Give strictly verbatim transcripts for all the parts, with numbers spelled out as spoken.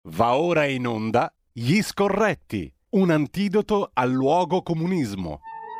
Va ora in onda Gli Scorretti, un antidoto al luogo comunismo.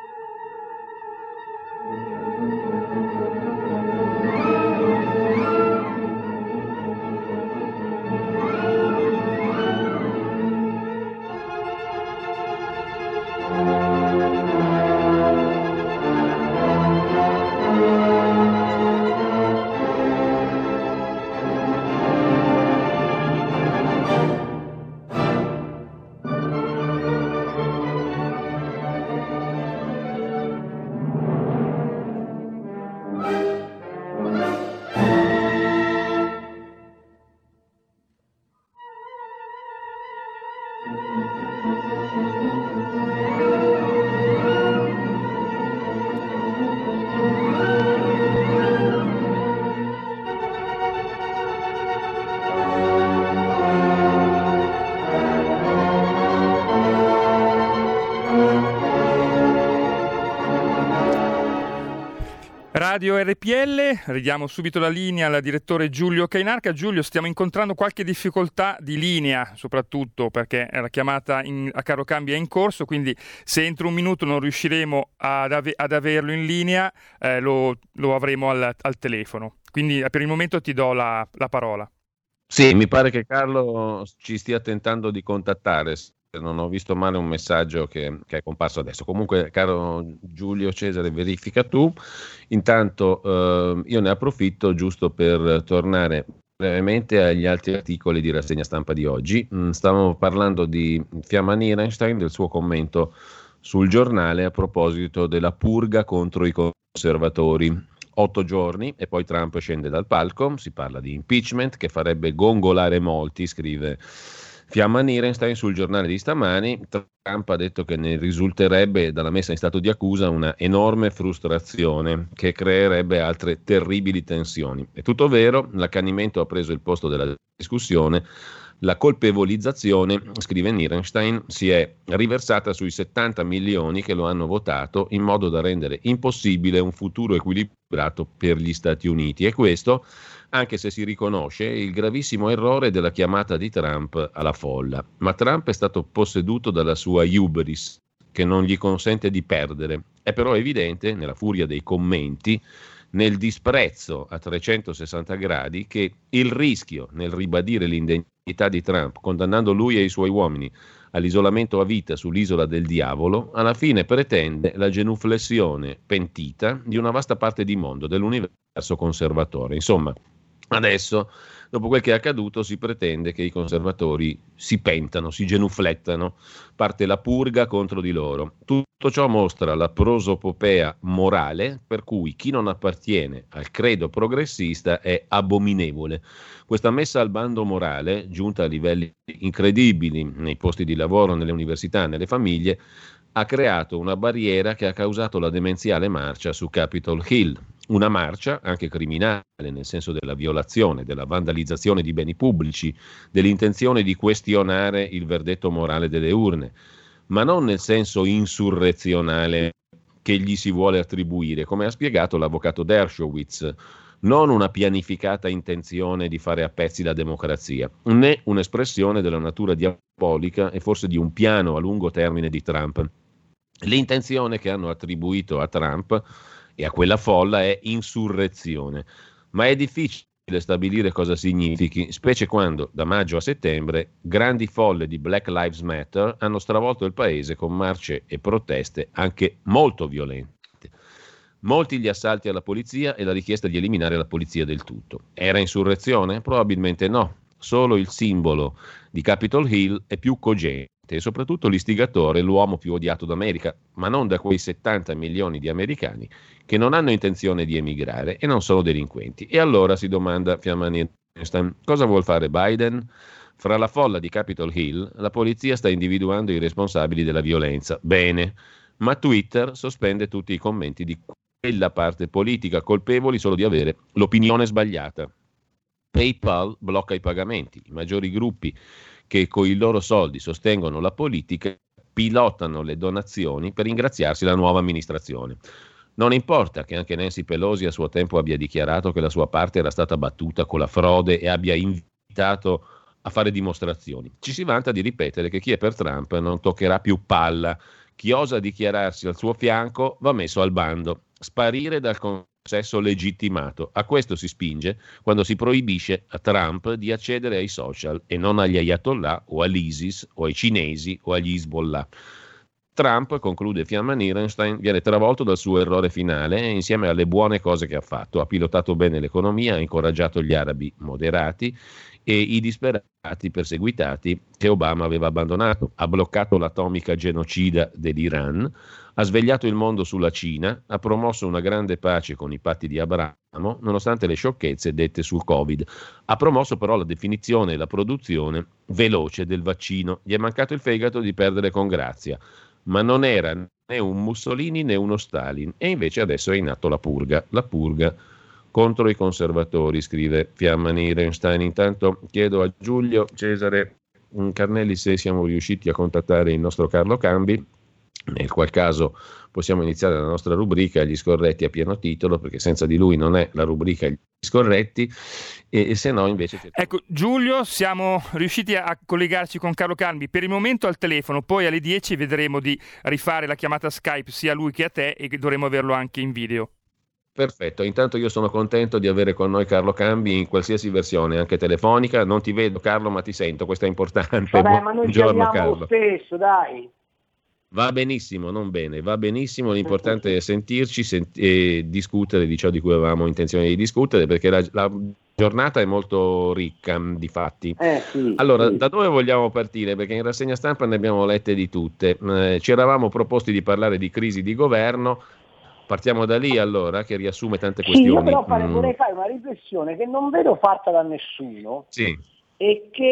Radio R P L, ridiamo subito la linea al direttore Giulio Cainarca. Giulio, stiamo incontrando qualche difficoltà di linea, soprattutto perché la chiamata in, a Carocambi è in corso, quindi se entro un minuto non riusciremo ad, ave, ad averlo in linea, eh, lo, lo avremo al, al telefono. Quindi per il momento ti do la, la parola. Sì, mi pare che Carlo ci stia tentando di contattare. Non ho visto male un messaggio che, che è comparso adesso. Comunque, caro Giulio Cesare, verifica tu. Intanto eh, io ne approfitto giusto per tornare brevemente agli altri articoli di rassegna stampa di oggi. Mm, stavamo parlando di Fiamma Nierenstein, del suo commento sul Giornale a proposito della purga contro i conservatori. Otto giorni e poi Trump scende dal palco. Si parla di impeachment che farebbe gongolare molti, scrive Fiamma Nierenstein sul Giornale di stamani. Trump ha detto che ne risulterebbe dalla messa in stato di accusa una enorme frustrazione che creerebbe altre terribili tensioni. È tutto vero, l'accanimento ha preso il posto della discussione, la colpevolizzazione, scrive Nierenstein, si è riversata sui settanta milioni che lo hanno votato in modo da rendere impossibile un futuro equilibrato per gli Stati Uniti, e questo anche se si riconosce il gravissimo errore della chiamata di Trump alla folla. Ma Trump è stato posseduto dalla sua hubris, che non gli consente di perdere. È però evidente, nella furia dei commenti, nel disprezzo a trecentosessanta gradi, che il rischio nel ribadire l'indegnità di Trump, condannando lui e i suoi uomini all'isolamento a vita sull'isola del diavolo, alla fine pretende la genuflessione pentita di una vasta parte di mondo, dell'universo conservatore. Insomma, adesso, dopo quel che è accaduto, si pretende che i conservatori si pentano, si genuflettano, parte la purga contro di loro. Tutto ciò mostra la prosopopea morale per cui chi non appartiene al credo progressista è abominevole. Questa messa al bando morale, giunta a livelli incredibili nei posti di lavoro, nelle università, nelle famiglie, ha creato una barriera che ha causato la demenziale marcia su Capitol Hill. Una marcia anche criminale, nel senso della violazione, della vandalizzazione di beni pubblici, dell'intenzione di questionare il verdetto morale delle urne, ma non nel senso insurrezionale che gli si vuole attribuire, come ha spiegato l'avvocato Dershowitz, non una pianificata intenzione di fare a pezzi la democrazia, né un'espressione della natura diabolica e forse di un piano a lungo termine di Trump. L'intenzione che hanno attribuito a Trump e a quella folla è insurrezione, ma è difficile stabilire cosa significhi, specie quando da maggio a settembre grandi folle di Black Lives Matter hanno stravolto il paese con marce e proteste anche molto violente. Molti gli assalti alla polizia e la richiesta di eliminare la polizia del tutto. Era insurrezione? Probabilmente no. Solo il simbolo di Capitol Hill è più cogente e soprattutto l'istigatore è l'uomo più odiato d'America, ma non da quei settanta milioni di americani che non hanno intenzione di emigrare e non sono delinquenti. E allora si domanda Fiamma Nierenstein, cosa vuol fare Biden? Fra la folla di Capitol Hill la polizia sta individuando i responsabili della violenza. Bene, ma Twitter sospende tutti i commenti di quella parte politica, colpevoli solo di avere l'opinione sbagliata. PayPal blocca i pagamenti. I maggiori gruppi che con i loro soldi sostengono la politica pilotano le donazioni per ringraziarsi la nuova amministrazione. Non importa che anche Nancy Pelosi a suo tempo abbia dichiarato che la sua parte era stata battuta con la frode e abbia invitato a fare dimostrazioni. Ci si vanta di ripetere che chi è per Trump non toccherà più palla. Chi osa dichiararsi al suo fianco va messo al bando. Sparire dal consesso legittimato. A questo si spinge quando si proibisce a Trump di accedere ai social e non agli ayatollah o all'ISIS o ai cinesi o agli Hezbollah. Trump, conclude Fiamma Nierenstein, viene travolto dal suo errore finale e insieme alle buone cose che ha fatto. Ha pilotato bene l'economia, ha incoraggiato gli arabi moderati e i disperati perseguitati che Obama aveva abbandonato. Ha bloccato l'atomica genocida dell'Iran, ha svegliato il mondo sulla Cina, ha promosso una grande pace con i patti di Abramo, nonostante le sciocchezze dette sul Covid. Ha promosso però la definizione e la produzione veloce del vaccino. Gli è mancato il fegato di perdere con grazia, ma non era né un Mussolini né uno Stalin, e invece adesso è in atto la purga, la purga contro i conservatori, scrive Fiamma Nierenstein. Intanto chiedo a Giulio Cesare Carnelli se siamo riusciti a contattare il nostro Carlo Cambi, nel qual caso possiamo iniziare la nostra rubrica Gli scorretti a pieno titolo, perché senza di lui non è la rubrica Gli scorretti, e, e se no invece... Ecco Giulio, siamo riusciti a collegarci con Carlo Cambi per il momento al telefono, poi alle dieci vedremo di rifare la chiamata Skype sia a lui che a te e dovremo averlo anche in video. Perfetto, intanto io sono contento di avere con noi Carlo Cambi in qualsiasi versione, anche telefonica. Non ti vedo Carlo, ma ti sento, questo è importante. Vabbè, ma noi ci Buongiorno abbiamo Carlo. Lo stesso, dai. Va benissimo, non bene, va benissimo, l'importante è sentirci sent- e discutere di ciò di cui avevamo intenzione di discutere, perché la, la giornata è molto ricca di fatti. Eh, sì, allora, sì. Da dove vogliamo partire? Perché in rassegna stampa ne abbiamo lette di tutte. Eh, ci eravamo proposti di parlare di crisi di governo. Partiamo da lì allora, che riassume tante Sì, questioni. io però fare, mm. vorrei fare una riflessione che non vedo fatta da nessuno Sì. e che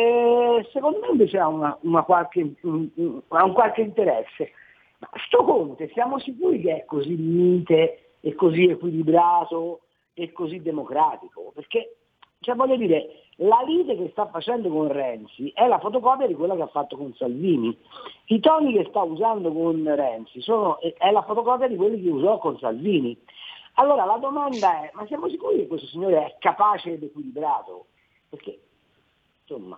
eh, secondo me invece ha, una, una qualche, un, un, ha un qualche interesse. Ma sto Conte, siamo sicuri che è così mite e così equilibrato e così democratico? Perché, cioè voglio dire, la lite che sta facendo con Renzi è la fotocopia di quella che ha fatto con Salvini. I toni che sta usando con Renzi sono, è la fotocopia di quelli che usò con Salvini. Allora la domanda è, ma siamo sicuri che questo signore è capace ed equilibrato? Perché, insomma...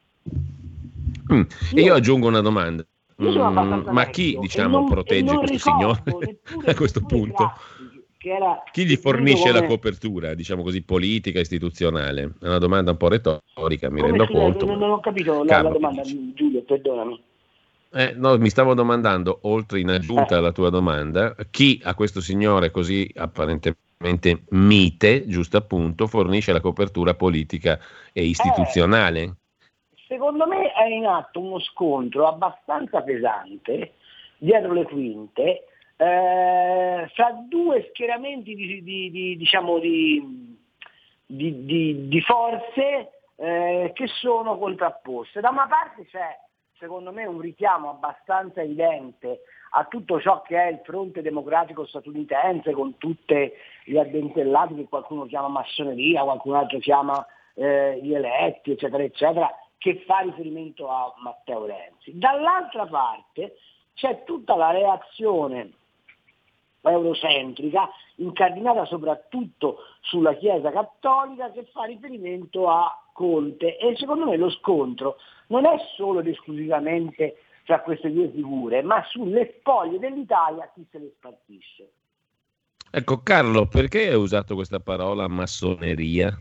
Mm. E io aggiungo una domanda. Io sono Mm, abbastanza ma vecchio chi, e diciamo, non- protegge e non questo ricordo signore neppure- a questo neppure punto? Craxi, che era Chi gli definito fornisce la come- copertura, diciamo così, politica, istituzionale? È una domanda un po' retorica, mi come rendo si- conto. non, ma- non ho capito la, Carlo, la che domanda, dici? Giulio, perdonami. Eh, no, mi stavo domandando, oltre in aggiunta Eh. alla tua domanda, chi a questo signore così apparentemente mite, giusto appunto, fornisce la copertura politica e istituzionale? Secondo me è in atto uno scontro abbastanza pesante dietro le quinte eh, fra due schieramenti di, di, di, diciamo di, di, di, di forze eh, che sono contrapposte. Da una parte c'è secondo me un richiamo abbastanza evidente a tutto ciò che è il fronte democratico statunitense, con tutte gli addentellati che qualcuno chiama massoneria, qualcun altro chiama eh, gli eletti, eccetera, eccetera, che fa riferimento a Matteo Renzi. Dall'altra parte c'è tutta la reazione eurocentrica, incardinata soprattutto sulla Chiesa Cattolica, che fa riferimento a Conte, e secondo me lo scontro non è solo ed esclusivamente tra queste due figure, ma sulle spoglie dell'Italia chi se le spartisce. Ecco Carlo, perché hai usato questa parola massoneria?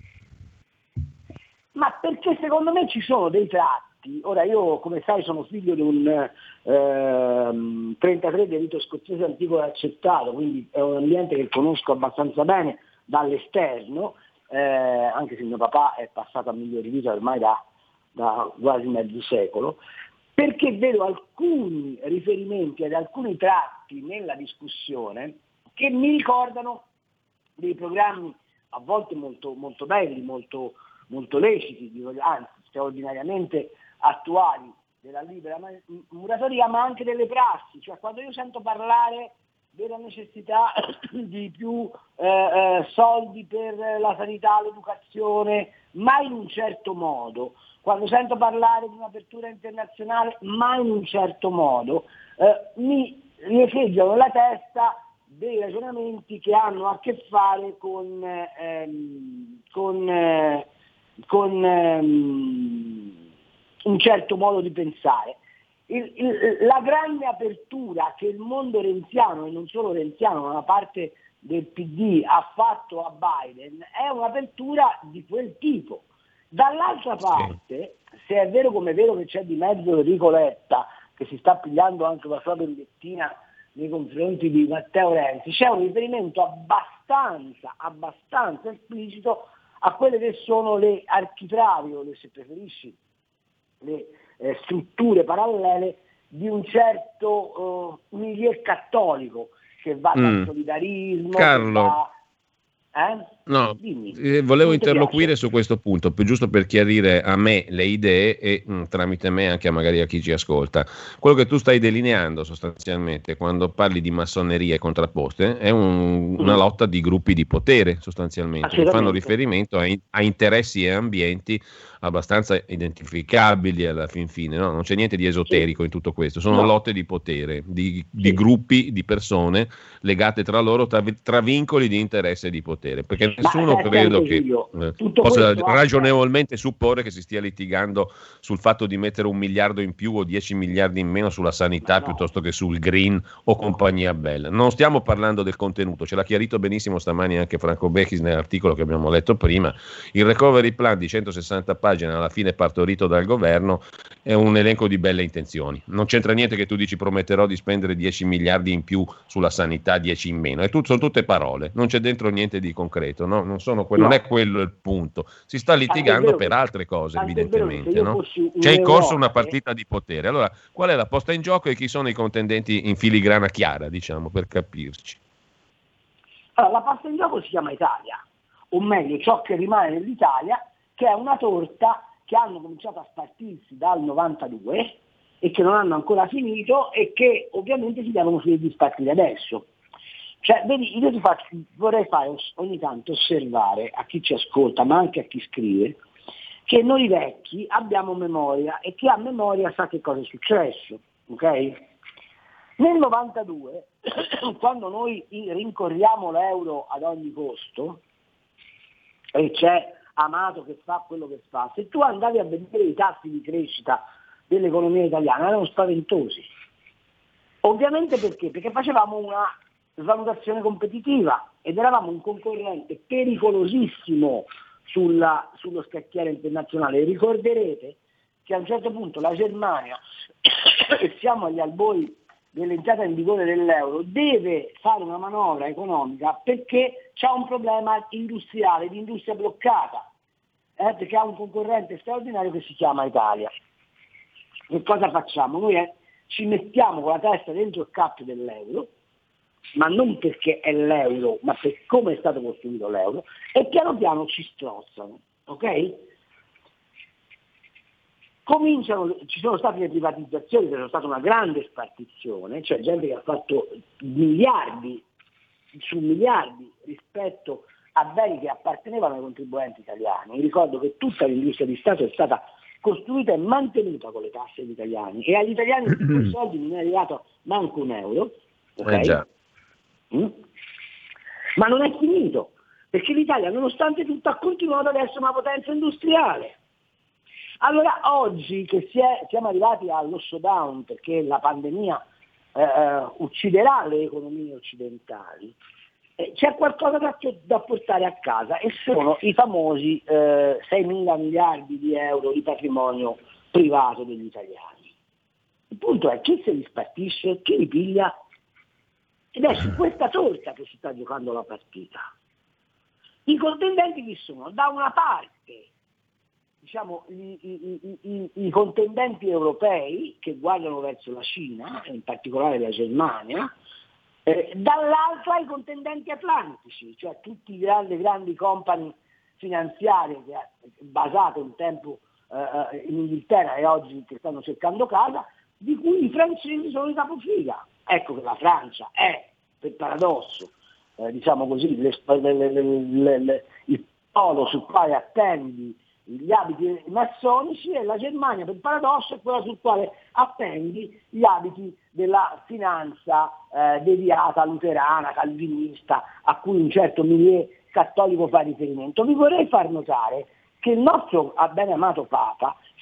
Ma perché secondo me ci sono dei tratti, ora io come sai sono figlio di un ehm, trentatré di rito scozzese antico e accettato, quindi è un ambiente che conosco abbastanza bene dall'esterno, eh, anche se mio papà è passato a migliori vita ormai da, da quasi mezzo secolo, perché vedo alcuni riferimenti ad alcuni tratti nella discussione che mi ricordano dei programmi a volte molto, molto belli, molto, molto leciti, anzi straordinariamente attuali della libera muratoria, ma anche delle prassi. Cioè quando io sento parlare della necessità di più eh, eh, soldi per la sanità, l'educazione, ma in un certo modo, quando sento parlare di un'apertura internazionale, ma in un certo modo, eh, mi riecheggiano nella testa dei ragionamenti che hanno a che fare con, ehm, con, eh, con ehm, un certo modo di pensare. Il, il, la grande apertura che il mondo renziano, e non solo renziano, ma una parte del P D ha fatto a Biden è un'apertura di quel tipo. Dall'altra parte, sì. se è vero come è vero che c'è di mezzo Enrico Letta, che si sta pigliando anche la sua vendettina nei confronti di Matteo Renzi, c'è un riferimento abbastanza, abbastanza esplicito a quelle che sono le architravi, o le, se preferisci, le eh, strutture parallele di un certo uh, milieu cattolico, che va dal mm. solidarismo, Carlo. che va... Eh? No, eh, volevo interloquire piace? su questo punto, per, giusto per chiarire a me le idee e mh, tramite me anche a magari a chi ci ascolta. Quello che tu stai delineando sostanzialmente quando parli di massonerie contrapposte è un, mm. una lotta di gruppi di potere sostanzialmente, che fanno riferimento a, a interessi e ambienti abbastanza identificabili alla fin fine, no? Non c'è niente di esoterico sì. in tutto questo, sono no. lotte di potere, di, di sì. gruppi di persone legate tra loro tra, tra vincoli di interesse e di potere, perché nessuno credo che eh, possa ragionevolmente supporre che si stia litigando sul fatto di mettere un miliardo in più o dieci miliardi in meno sulla sanità no. piuttosto che sul green o compagnia bella. Non stiamo parlando del contenuto, ce l'ha chiarito benissimo stamani anche Franco Bechis nell'articolo che abbiamo letto prima. Il recovery plan di centosessanta pagine alla fine partorito dal governo è un elenco di belle intenzioni. Non c'entra niente che tu dici prometterò di spendere dieci miliardi in più sulla sanità, dieci in meno. È tutto, sono tutte parole, non c'è dentro niente di concreto, no? Non, sono que- no. non è quello il punto. Si sta litigando per altre cose, evidentemente. No? C'è in corso una partita di potere. Allora, qual è la posta in gioco e chi sono i contendenti in filigrana chiara, diciamo, per capirci? Allora, la posta in gioco si chiama Italia, o meglio, ciò che rimane dell'Italia, che è una torta che hanno cominciato a spartirsi dal novantadue e che non hanno ancora finito e che ovviamente si devono finire di spartire adesso. Cioè, vedi, io ti faccio, vorrei fare ogni tanto osservare a chi ci ascolta, ma anche a chi scrive, che noi vecchi abbiamo memoria e chi ha memoria sa che cosa è successo, ok? Nel novantadue, quando noi rincorriamo l'euro ad ogni costo, e c'è Amato che fa quello che fa, se tu andavi a vedere i tassi di crescita dell'economia italiana erano spaventosi. Ovviamente perché? Perché facevamo una svalutazione competitiva ed eravamo un concorrente pericolosissimo sulla, sullo scacchiere internazionale. Ricorderete che a un certo punto la Germania, e siamo agli albori dell'entrata in vigore dell'euro, deve fare una manovra economica perché c'ha un problema industriale, di industria bloccata, eh, perché ha un concorrente straordinario che si chiama Italia. Che cosa facciamo? Noi eh, ci mettiamo con la testa dentro il cappio dell'euro, ma non perché è l'euro, ma per come è stato costruito l'euro, e piano piano ci strozzano, ok? Cominciano, ci sono state le privatizzazioni, c'è stata una grande spartizione, cioè gente che ha fatto miliardi su miliardi rispetto a beni che appartenevano ai contribuenti italiani. Ricordo che tutta l'industria di Stato è stata costruita e mantenuta con le tasse degli italiani e agli italiani di quei soldi non è arrivato manco un euro, okay? Eh già. Mm? Ma non è finito, perché l'Italia nonostante tutto ha continuato ad essere una potenza industriale. Allora oggi che si è, siamo arrivati allo showdown perché la pandemia eh, ucciderà le economie occidentali, eh, c'è qualcosa da, da portare a casa e sono i famosi eh, seimila miliardi di euro di patrimonio privato degli italiani. Il punto è chi se li spartisce, chi li piglia, ed è su questa torta che si sta giocando la partita. I contendenti chi sono? Da una parte diciamo, i, i, i, i contendenti europei che guardano verso la Cina, in particolare la Germania, eh, dall'altra i contendenti atlantici, cioè tutti i grandi, grandi company finanziarie che, basate un tempo eh, in Inghilterra e oggi che stanno cercando casa, di cui i francesi sono i capofiga. Ecco che la Francia è, per paradosso, eh, diciamo così, le, le, le, le, le, il polo sul quale attendi gli abiti massonici, e la Germania per paradosso è quella sul quale appendi gli abiti della finanza eh, deviata, luterana, calvinista, a cui un certo milieu cattolico fa riferimento. Vi vorrei far notare che il nostro ben amato Papa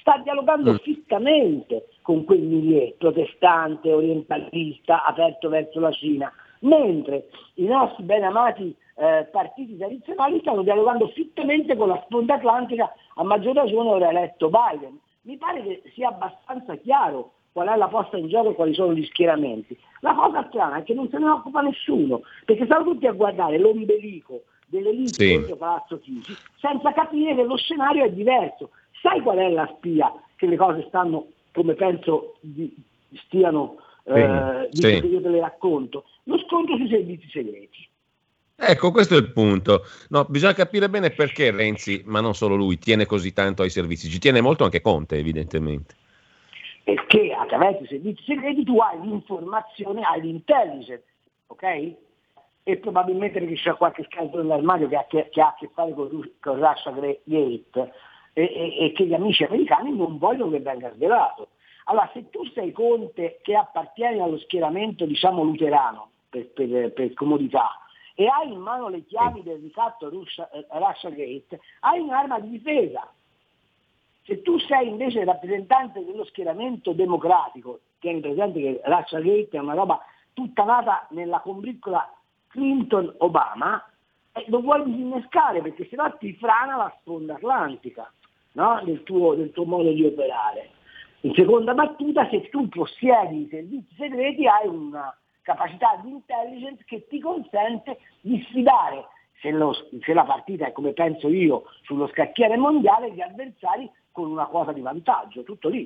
sta dialogando mm. fittamente con quel milieu protestante, orientalista, aperto verso la Cina, mentre i nostri ben amati eh, partiti tradizionali stanno dialogando fittamente con la sponda atlantica, a maggior ragione ora eletto Biden. Mi pare che sia abbastanza chiaro qual è la posta in gioco e quali sono gli schieramenti. La cosa strana è che non se ne occupa nessuno, perché stanno tutti a guardare l'ombelico delle liti sì. contro Palazzo Chigi, senza capire che lo scenario è diverso. Sai qual è la spia che le cose stanno, come penso di, stiano, eh, sì. di sì. che io te le racconto? Lo scontro sui servizi segreti. Ecco, questo è il punto. No, bisogna capire bene perché Renzi, ma non solo lui, tiene così tanto ai servizi. Ci tiene molto anche Conte, evidentemente. Perché attraverso i servizi segreti tu hai l'informazione, hai l'intelligence, ok? E probabilmente perché c'è qualche scalzo nell'armadio che ha, che, che ha a che fare con, con Russia Gate e, e, e che gli amici americani non vogliono che venga svelato. Allora, se tu sei Conte che appartieni allo schieramento, diciamo, luterano, per, per, per comodità, e hai in mano le chiavi del ricatto Russia, eh, Russia Gate, hai un'arma di difesa. Se tu sei invece rappresentante dello schieramento democratico, tieni presente che Russia Gate è una roba tutta nata nella combriccola Clinton-Obama, eh, lo vuoi disinnescare perché sennò ti frana la sponda atlantica, no? del, tuo, del tuo modo di operare. In seconda battuta, se tu possiedi i servizi segreti hai una capacità di intelligence che ti consente di sfidare, se, lo, se la partita è come penso io, sullo scacchiere mondiale, gli avversari con una quota di vantaggio, tutto lì.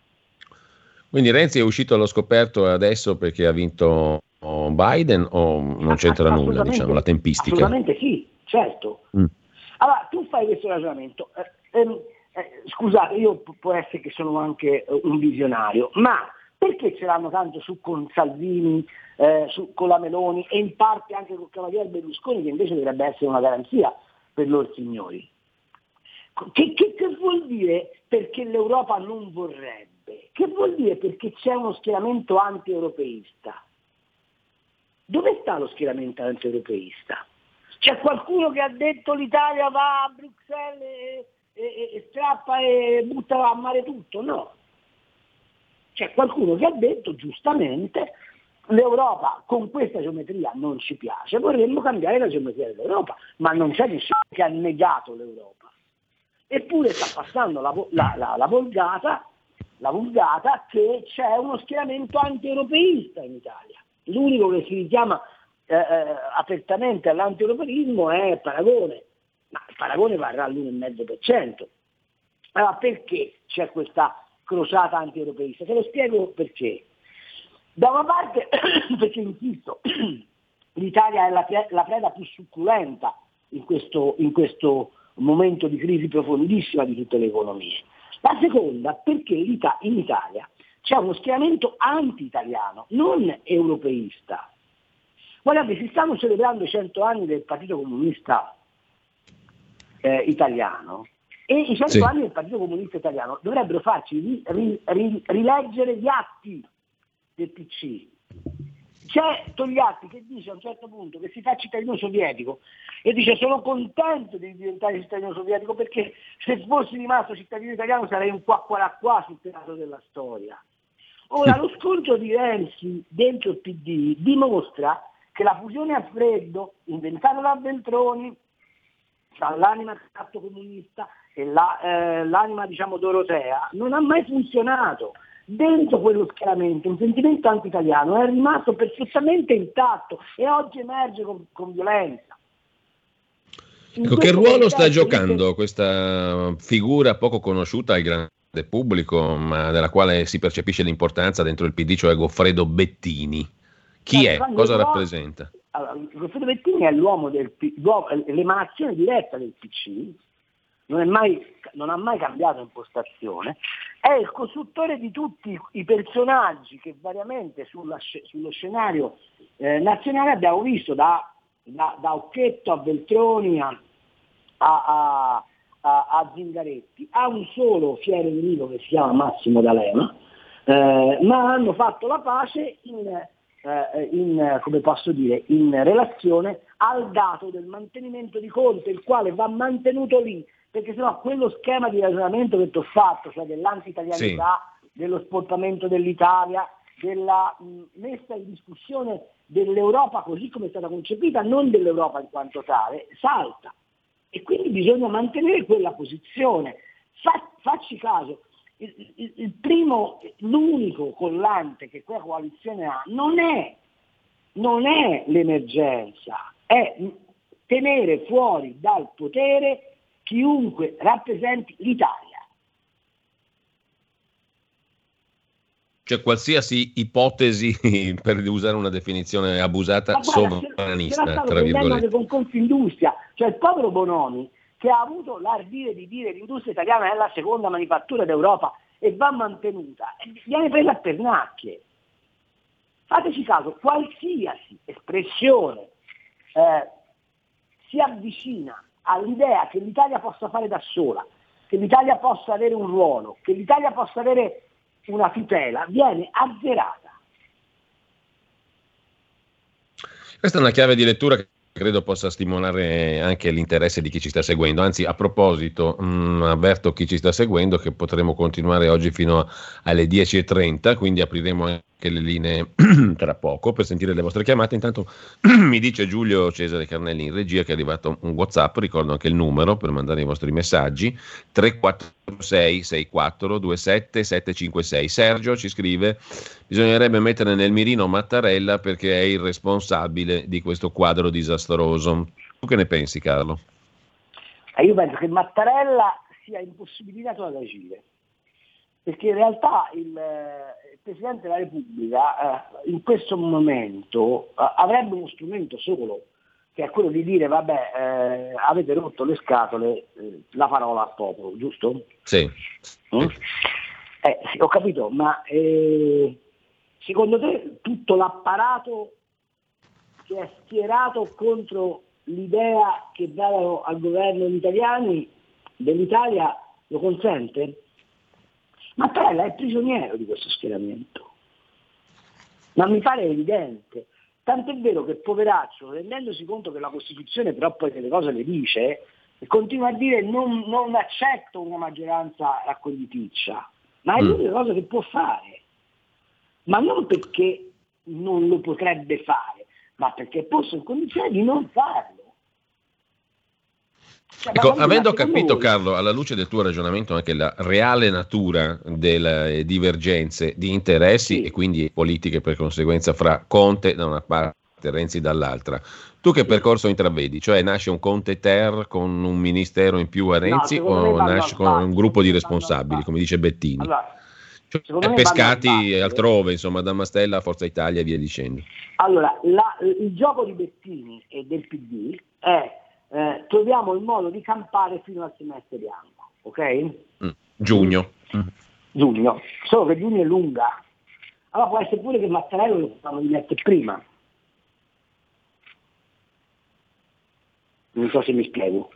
Quindi Renzi è uscito allo scoperto adesso perché ha vinto Biden o non c'entra nulla, diciamo, la tempistica? Assolutamente sì, certo. Mm. Allora, tu fai questo ragionamento. Eh, ehm, eh, scusate, io può essere che sono anche eh, un visionario, ma perché ce l'hanno tanto su con Salvini, eh, su, con la Meloni e in parte anche con Cavaliere Berlusconi, che invece dovrebbe essere una garanzia per loro signori? Che, che, che vuol dire perché l'Europa non vorrebbe? Che vuol dire perché c'è uno schieramento anti-europeista? Dove sta lo schieramento anti-europeista? C'è qualcuno che ha detto l'Italia va a Bruxelles e, e, e strappa e butta a mare tutto? No. C'è qualcuno che ha detto giustamente l'Europa con questa geometria non ci piace, vorremmo cambiare la geometria dell'Europa, ma non c'è nessuno che ha negato l'Europa. Eppure sta passando la, la, la, la vulgata, la vulgata che c'è uno schieramento anti-europeista in Italia. L'unico che si richiama eh, eh, apertamente all'anti-europeismo è Paragone, ma il Paragone varrà all'uno virgola cinque per cento. Allora perché c'è questa crociata anti-europeista? Te lo spiego perché. Da una parte, perché insisto, l'Italia è la, la preda più succulenta in questo, in questo momento di crisi profondissima di tutte le economie. La seconda, perché in Italia c'è uno schieramento anti-italiano, non europeista. Guardate, si stanno celebrando i cento anni del Partito Comunista eh, Italiano e i cento sì. anni del Partito Comunista Italiano dovrebbero farci ri, ri, ri, rileggere gli atti del P C. C'è Togliatti che dice a un certo punto che si fa cittadino sovietico e dice sono contento di diventare cittadino sovietico perché se fossi rimasto cittadino italiano sarei un qua qua qua sul teatro della storia. Ora lo scontro di Renzi dentro il P D dimostra che la fusione a freddo inventata da Veltroni tra l'anima del patto comunista e la, eh, l'anima diciamo dorotea non ha mai funzionato. Dentro quello schieramento un sentimento anti-italiano è rimasto perfettamente intatto e oggi emerge con, con violenza. Ecco, che ruolo sta giocando questa figura poco conosciuta al grande pubblico, ma della quale si percepisce l'importanza dentro il P D, cioè Goffredo Bettini? Chi è? Cosa rappresenta? Allora, Goffredo Bettini è l'uomo del P D, l'emanazione diretta del P C, non, è mai, non ha mai cambiato impostazione, è il costruttore di tutti i personaggi che variamente sulla, sullo scenario eh, nazionale abbiamo visto, da, da, da Occhetto a Veltroni a, a, a, a Zingaretti, ha un solo fiero nemico che si chiama Massimo D'Alema, eh, ma hanno fatto la pace in, eh, in, come posso dire, in relazione al dato del mantenimento di Conte, il quale va mantenuto lì, perché sennò quello schema di ragionamento che ti ho fatto, cioè dell'anti-italianità, sì, dello sportamento dell'Italia, della mh, messa in discussione dell'Europa così come è stata concepita, non dell'Europa in quanto tale, salta. E quindi bisogna mantenere quella posizione. Fa, facci caso, il, il, il primo, l'unico collante che quella coalizione ha non è, non è l'emergenza, è tenere fuori dal potere chiunque rappresenti l'Italia. Cioè qualsiasi ipotesi, per usare una definizione abusata, ma guarda, sovranista, ce la tra virgolette. Con Confindustria, cioè il povero Bonomi che ha avuto l'ardire di dire l'industria italiana è la seconda manifattura d'Europa e va mantenuta, viene presa a pernacchie. Fateci caso, qualsiasi espressione eh, si avvicina all'idea che l'Italia possa fare da sola, che l'Italia possa avere un ruolo, che l'Italia possa avere una tutela, viene azzerata. Questa è una chiave di lettura che credo possa stimolare anche l'interesse di chi ci sta seguendo. Anzi, a proposito, mh, avverto chi ci sta seguendo che potremo continuare oggi fino a, alle dieci e trenta, quindi apriremo anche le linee tra poco per sentire le vostre chiamate. Intanto mi dice Giulio Cesare Carnelli in regia che è arrivato un WhatsApp, ricordo anche il numero per mandare i vostri messaggi, tre quattro sei sei quattro due sette sette cinque sei. Sergio ci scrive: bisognerebbe mettere nel mirino Mattarella perché è il responsabile di questo quadro disastroso. Tu che ne pensi, Carlo? Eh, io penso che Mattarella sia impossibilitato ad agire, perché in realtà il, eh, il Presidente della Repubblica eh, in questo momento eh, avrebbe uno strumento solo, che è quello di dire vabbè eh, avete rotto le scatole, eh, la parola al popolo, giusto? Sì. Mm? Eh, sì, ho capito, ma eh, secondo te tutto l'apparato che è schierato contro l'idea che davano al governo gli italiani dell'Italia lo consente? Mattarella è prigioniero di questo schieramento, ma mi pare evidente. Tant'è vero che poveraccio, rendendosi conto che la Costituzione però poi delle cose le dice, continua a dire non, non accetto una maggioranza raccogliticcia, ma è l'unica cosa che può fare. Ma non perché non lo potrebbe fare, ma perché è posto in condizione di non farlo. Cioè, ecco, avendo capito voi, Carlo, alla luce del tuo ragionamento, anche la reale natura delle divergenze di interessi, sì, e quindi politiche per conseguenza fra Conte da una parte e Renzi dall'altra, tu che sì. percorso intravedi? Cioè nasce un Conte Ter con un ministero in più a Renzi, no, o nasce con un gruppo di responsabili, come dice Bettini? Allora, cioè, pescati altrove, insomma, da Mastella a Forza Italia e via dicendo. Allora, la, il gioco di Bettini e del P D è Eh, troviamo il modo di campare fino al semestre bianco, ok? Mm. Giugno. Mm. Giugno, solo che giugno è lunga. Allora può essere pure che Mattarella lo fanno di mettere prima. Non so se mi spiego.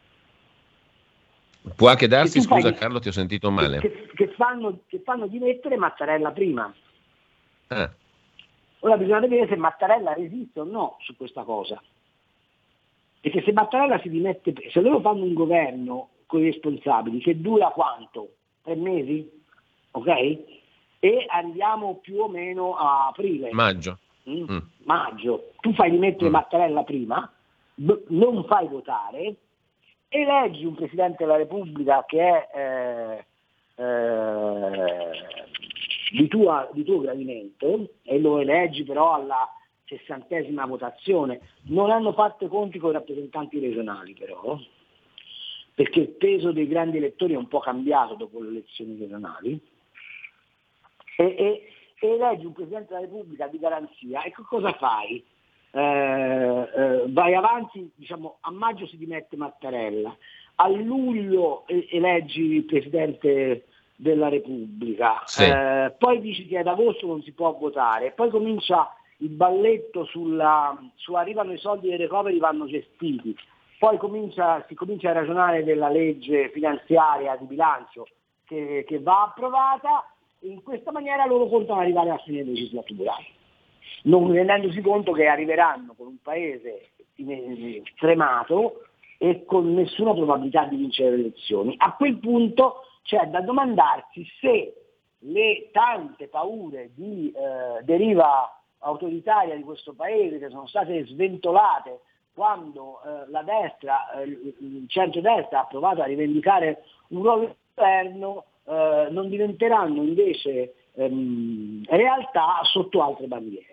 Può anche darsi, scusa fai, Carlo, ti ho sentito male. Che, che, fanno, che fanno di mettere Mattarella prima. Ah. Ora bisogna vedere se Mattarella resiste o no su questa cosa. Perché se Mattarella si dimette, se loro fanno un governo con i responsabili che dura quanto? Tre mesi? Ok? E andiamo più o meno a aprile. Maggio. Mm? Mm. Maggio. Tu fai dimettere mm. Mattarella prima, b- non fai votare, eleggi un Presidente della Repubblica che è eh, eh, di, tua, di tuo gradimento, e lo eleggi però alla sessantesima votazione. Non hanno fatto i conti con i rappresentanti regionali però, perché il peso dei grandi elettori è un po' cambiato dopo le elezioni regionali, e, e, e eleggi un Presidente della Repubblica di garanzia, e che cosa fai? Eh, eh, vai avanti, diciamo, a maggio si dimette Mattarella, a luglio eleggi il Presidente della Repubblica, sì. eh, poi dici che ad agosto non si può votare, poi comincia il balletto sulla, su arrivano i soldi dei recovery, vanno gestiti, poi comincia, si comincia a ragionare della legge finanziaria di bilancio che, che va approvata, e in questa maniera loro contano arrivare a fine legislatura, non rendendosi conto che arriveranno con un paese stremato e con nessuna probabilità di vincere le elezioni. A quel punto c'è da domandarsi se le tante paure di eh, deriva autoritaria di questo paese, che sono state sventolate quando eh, la destra, eh, il centrodestra ha provato a rivendicare un ruolo di governo, eh, non diventeranno invece ehm, realtà sotto altre bandiere.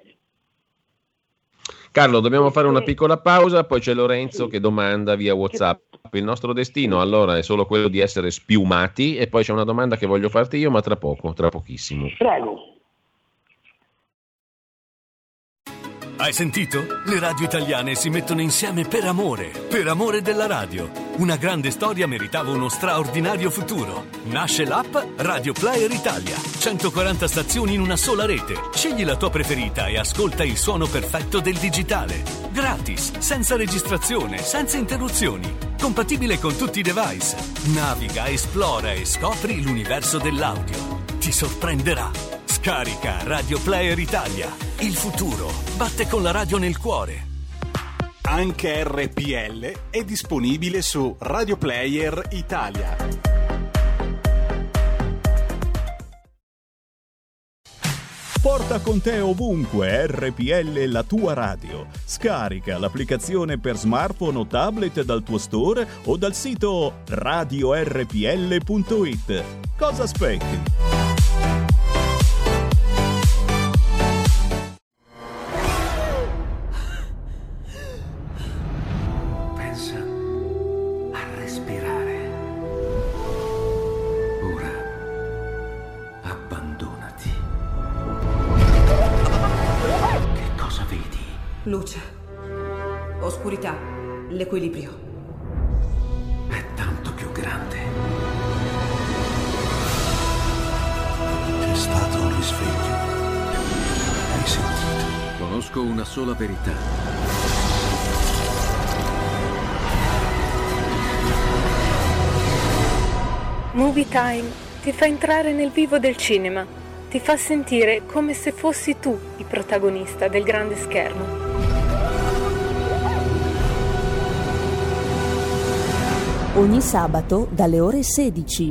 Carlo, dobbiamo fare una piccola pausa, poi c'è Lorenzo che domanda via WhatsApp. Il nostro destino allora è solo quello di essere spiumati, e poi c'è una domanda che voglio farti io, ma tra poco, tra pochissimo. Prego. Hai sentito? Le radio italiane si mettono insieme per amore, per amore della radio. Una grande storia meritava uno straordinario futuro. Nasce l'app Radio Player Italia. centoquaranta stazioni in una sola rete. Scegli la tua preferita e ascolta il suono perfetto del digitale. Gratis, senza registrazione, senza interruzioni. Compatibile con tutti i device. Naviga, esplora e scopri l'universo dell'audio. Ti sorprenderà. Scarica Radio Player Italia. Il futuro batte con la radio nel cuore. Anche R P L è disponibile su Radio Player Italia. Porta con te ovunque R P L, la tua radio. Scarica l'applicazione per smartphone o tablet dal tuo store o dal sito radio r p l punto i t. Cosa aspetti? Luce, oscurità, l'equilibrio. È tanto più grande. C'è stato un risveglio. Hai sentito? Conosco una sola verità. Movie Time ti fa entrare nel vivo del cinema, ti fa sentire come se fossi tu il protagonista del grande schermo. Ogni sabato dalle ore sedici.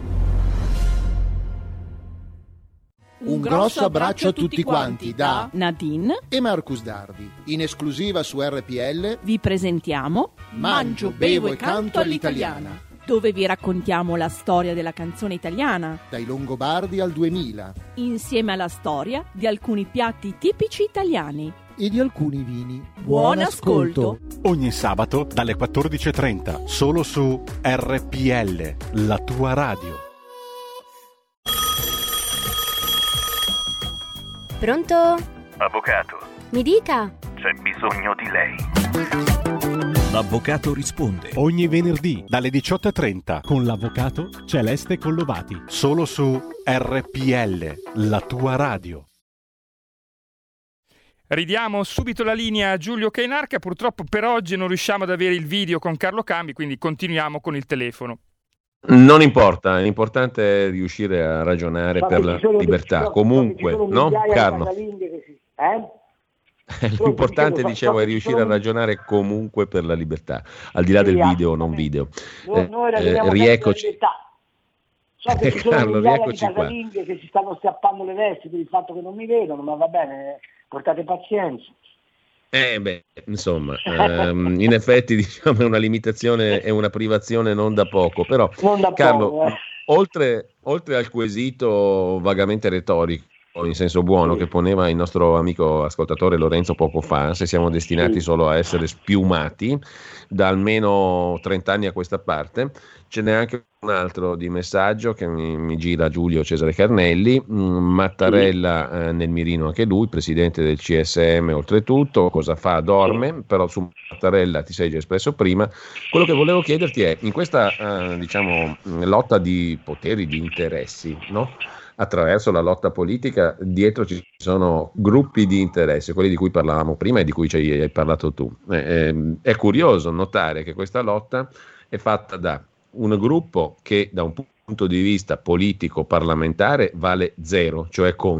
Un grosso abbraccio a tutti quanti da Nadine e Marcus Dardi. In esclusiva su R P L vi presentiamo Mangio, bevo e canto all'italiana, dove vi raccontiamo la storia della canzone italiana dai Longobardi al duemila, insieme alla storia di alcuni piatti tipici italiani e di alcuni vini. Buon ascolto. Ogni sabato dalle quattordici e trenta, solo su R P L, la tua radio. Pronto? Avvocato. Mi dica. C'è bisogno di lei. L'avvocato risponde ogni venerdì dalle diciotto e trenta con l'avvocato Celeste Collovati, solo su R P L, la tua radio. Ridiamo subito la linea a Giulio Cainarca. Purtroppo per oggi non riusciamo ad avere il video con Carlo Cambi, quindi continuiamo con il telefono. Non importa, l'importante è riuscire a ragionare so per la libertà. Sono, Comunque, no, Carlo? Si... Eh? L'importante, dicevo, è riuscire sono... a ragionare comunque per la libertà, al di là del video o non video. Noi, noi eh, rieccoci. So che ci sono Carlo, migliaia di casalinghe che si stanno strappando le vesti per il fatto che non mi vedono, ma va bene, portate pazienza. Eh beh, insomma, ehm, in effetti diciamo è una limitazione e una privazione non da poco, però non da Carlo, poco, eh. oltre, oltre al quesito vagamente retorico, in senso buono, sì, che poneva il nostro amico ascoltatore Lorenzo poco fa, se siamo destinati sì. solo a essere spiumati da almeno trenta anni a questa parte, ce n'è anche un altro di messaggio che mi, mi gira Giulio Cesare Carnelli. mh, Mattarella sì. eh, nel mirino anche lui, presidente del C S M oltretutto, cosa fa? Dorme, sì. però su Mattarella ti sei già espresso prima. Quello che volevo chiederti è, in questa eh, diciamo lotta di poteri, di interessi, no? Attraverso la lotta politica, dietro ci sono gruppi di interesse, quelli di cui parlavamo prima e di cui ci hai parlato tu. Eh, eh, è curioso notare che questa lotta è fatta da un gruppo che da un punto di vista politico parlamentare vale zero, cioè Conte,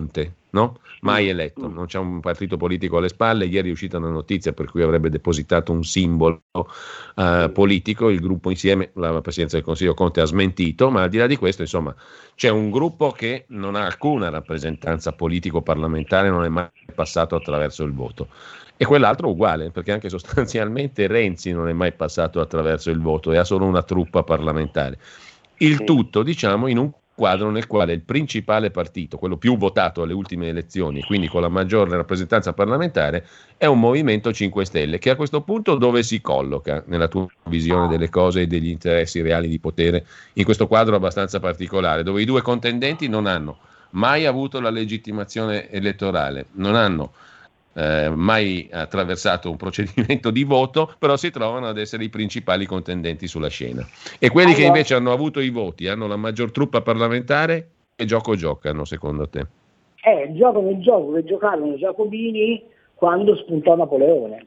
no? Mai eletto, non c'è un partito politico alle spalle. Ieri è uscita una notizia per cui avrebbe depositato un simbolo uh, politico, il gruppo Insieme, la Presidenza del Consiglio Conte ha smentito, ma al di là di questo, insomma, c'è un gruppo che non ha alcuna rappresentanza politico-parlamentare, non è mai passato attraverso il voto. E quell'altro uguale, perché anche sostanzialmente Renzi non è mai passato attraverso il voto e ha solo una truppa parlamentare. Il tutto, diciamo, in un quadro nel quale il principale partito, quello più votato alle ultime elezioni, quindi con la maggiore rappresentanza parlamentare, è un Movimento cinque Stelle, che a questo punto dove si colloca nella tua visione delle cose e degli interessi reali di potere in questo quadro abbastanza particolare, dove i due contendenti non hanno mai avuto la legittimazione elettorale, non hanno Eh, mai attraversato un procedimento di voto, però si trovano ad essere i principali contendenti sulla scena. E quelli allora, che invece hanno avuto i voti, hanno la maggior truppa parlamentare, che gioco giocano secondo te? Eh, giocano il gioco che giocavano i Giacobini quando spuntò Napoleone.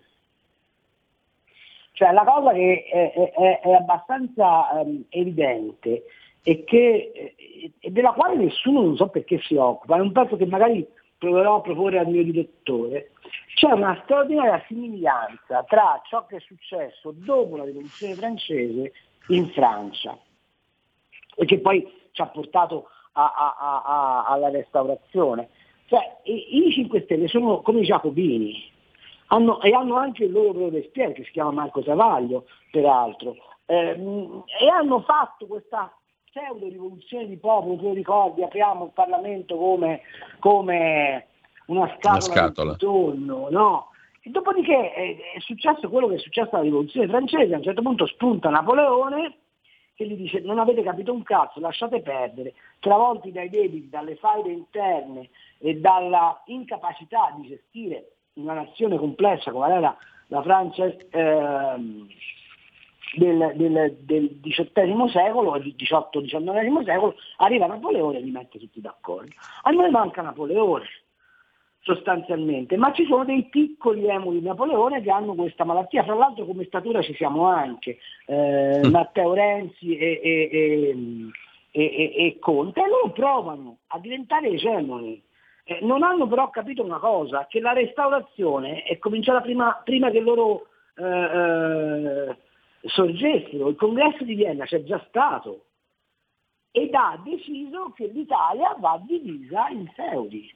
Cioè la cosa che è, è, è abbastanza um, evidente e che e della quale nessuno non so perché si occupa, è un pezzo che magari proverò a proporre al mio direttore. C'è una straordinaria somiglianza tra ciò che è successo dopo la rivoluzione francese in Francia e che poi ci ha portato a, a, a, a, alla restaurazione. Cioè, i, i cinque Stelle sono come i Giacobini, hanno, e hanno anche il loro Robespierre, che si chiama Marco Savaglio, peraltro, ehm, e hanno fatto questa pseudo rivoluzione di popolo. Tu ricordi, apriamo il Parlamento come, come una scatola, una scatola. di tonno, no? E dopodiché è, è successo quello che è successo alla rivoluzione francese. A un certo punto spunta Napoleone che gli dice: non avete capito un cazzo, lasciate perdere, travolti dai debiti, dalle faide interne e dalla incapacità di gestire una nazione complessa come era la Francia ehm, Del, del, del diciottesimo secolo, diciotto diciannovesimo secolo, arriva Napoleone e li mette tutti d'accordo. A noi manca Napoleone, sostanzialmente, ma ci sono dei piccoli emuli di Napoleone che hanno questa malattia. Fra l'altro come statura ci siamo anche, eh, mm. Matteo Renzi e, e, e, e, e Conte, e loro provano a diventare egemoni. Eh, non hanno però capito una cosa, che la restaurazione è cominciata prima, prima che loro eh, eh, sorgessero. Il congresso di Vienna c'è già stato ed ha deciso che l'Italia va divisa in feudi.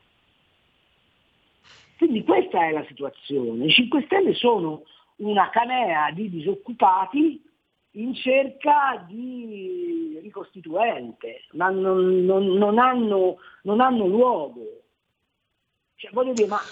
Quindi questa è la situazione. I cinque Stelle sono una canea di disoccupati in cerca di ricostituente, ma non, non, non, hanno, non hanno luogo. Cioè, voglio dire, ma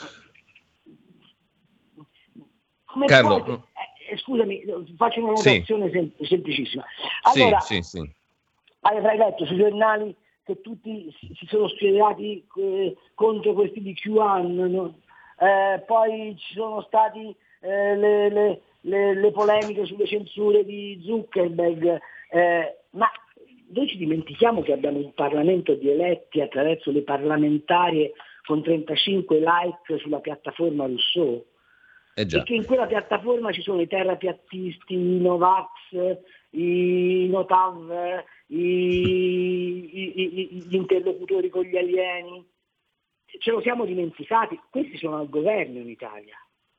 come Carlo, puoi... eh, scusami, faccio una notazione sì. sem- semplicissima. Allora, sì, sì, sì. Avrai letto sui giornali che tutti si sono schierati eh, contro questi di QAnon, no? Eh, poi ci sono stati eh, le, le, le, le polemiche sulle censure di Zuckerberg, eh, ma noi ci dimentichiamo che abbiamo un Parlamento di eletti attraverso le parlamentarie con trentacinque like sulla piattaforma Rousseau, eh già. E che in quella piattaforma ci sono i terrapiattisti, i Novax, i Notav, i, i, i, gli interlocutori con gli alieni. Ce lo siamo dimenticati, questi sono al governo in Italia.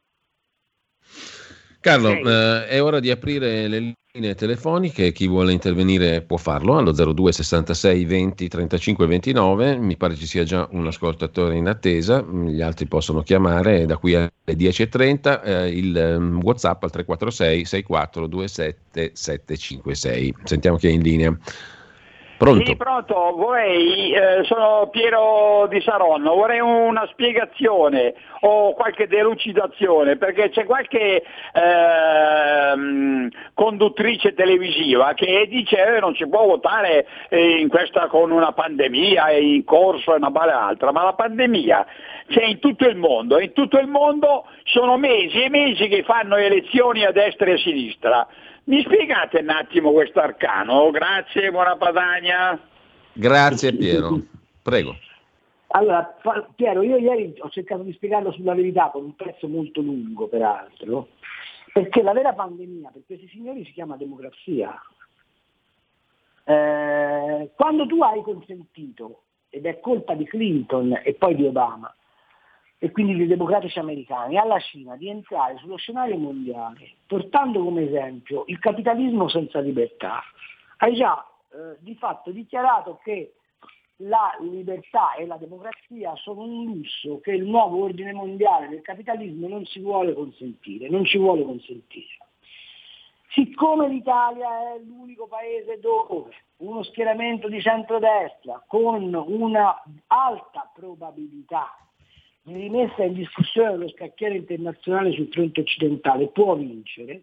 Carlo, eh, è ora di aprire le linee telefoniche, chi vuole intervenire può farlo allo zero due sessantasei venti trentacinque ventinove, mi pare ci sia già un ascoltatore in attesa, gli altri possono chiamare da qui alle dieci e trenta, eh, il um, WhatsApp al tre quattro sei sei quattro due sette sette cinque sei. Sentiamo chi è in linea. Pronto? Sì, pronto, vorrei, eh, sono Piero di Saronno, vorrei una spiegazione o qualche delucidazione, perché c'è qualche eh, conduttrice televisiva che dice che eh, non si può votare eh, in questa con una pandemia, è in corso e una bale altra, ma la pandemia c'è in tutto il mondo, in tutto il mondo sono mesi e mesi che fanno elezioni a destra e a sinistra. Mi spiegate un attimo questo arcano? Grazie, buona Padania. Grazie Piero, prego. Allora, Piero, io ieri ho cercato di spiegarlo sulla Verità con un pezzo molto lungo, peraltro, perché la vera pandemia per questi signori si chiama democrazia. Eh, quando tu hai consentito ed è colpa di Clinton e poi di Obama, e quindi dei democratici americani, alla Cina di entrare sullo scenario mondiale portando come esempio il capitalismo senza libertà. Hai già eh, di fatto dichiarato che la libertà e la democrazia sono un lusso che il nuovo ordine mondiale del capitalismo non si vuole consentire, non ci vuole consentire. Siccome l'Italia è l'unico paese dove uno schieramento di centrodestra con una alta probabilità di rimessa in discussione dello scacchiere internazionale sul fronte occidentale può vincere,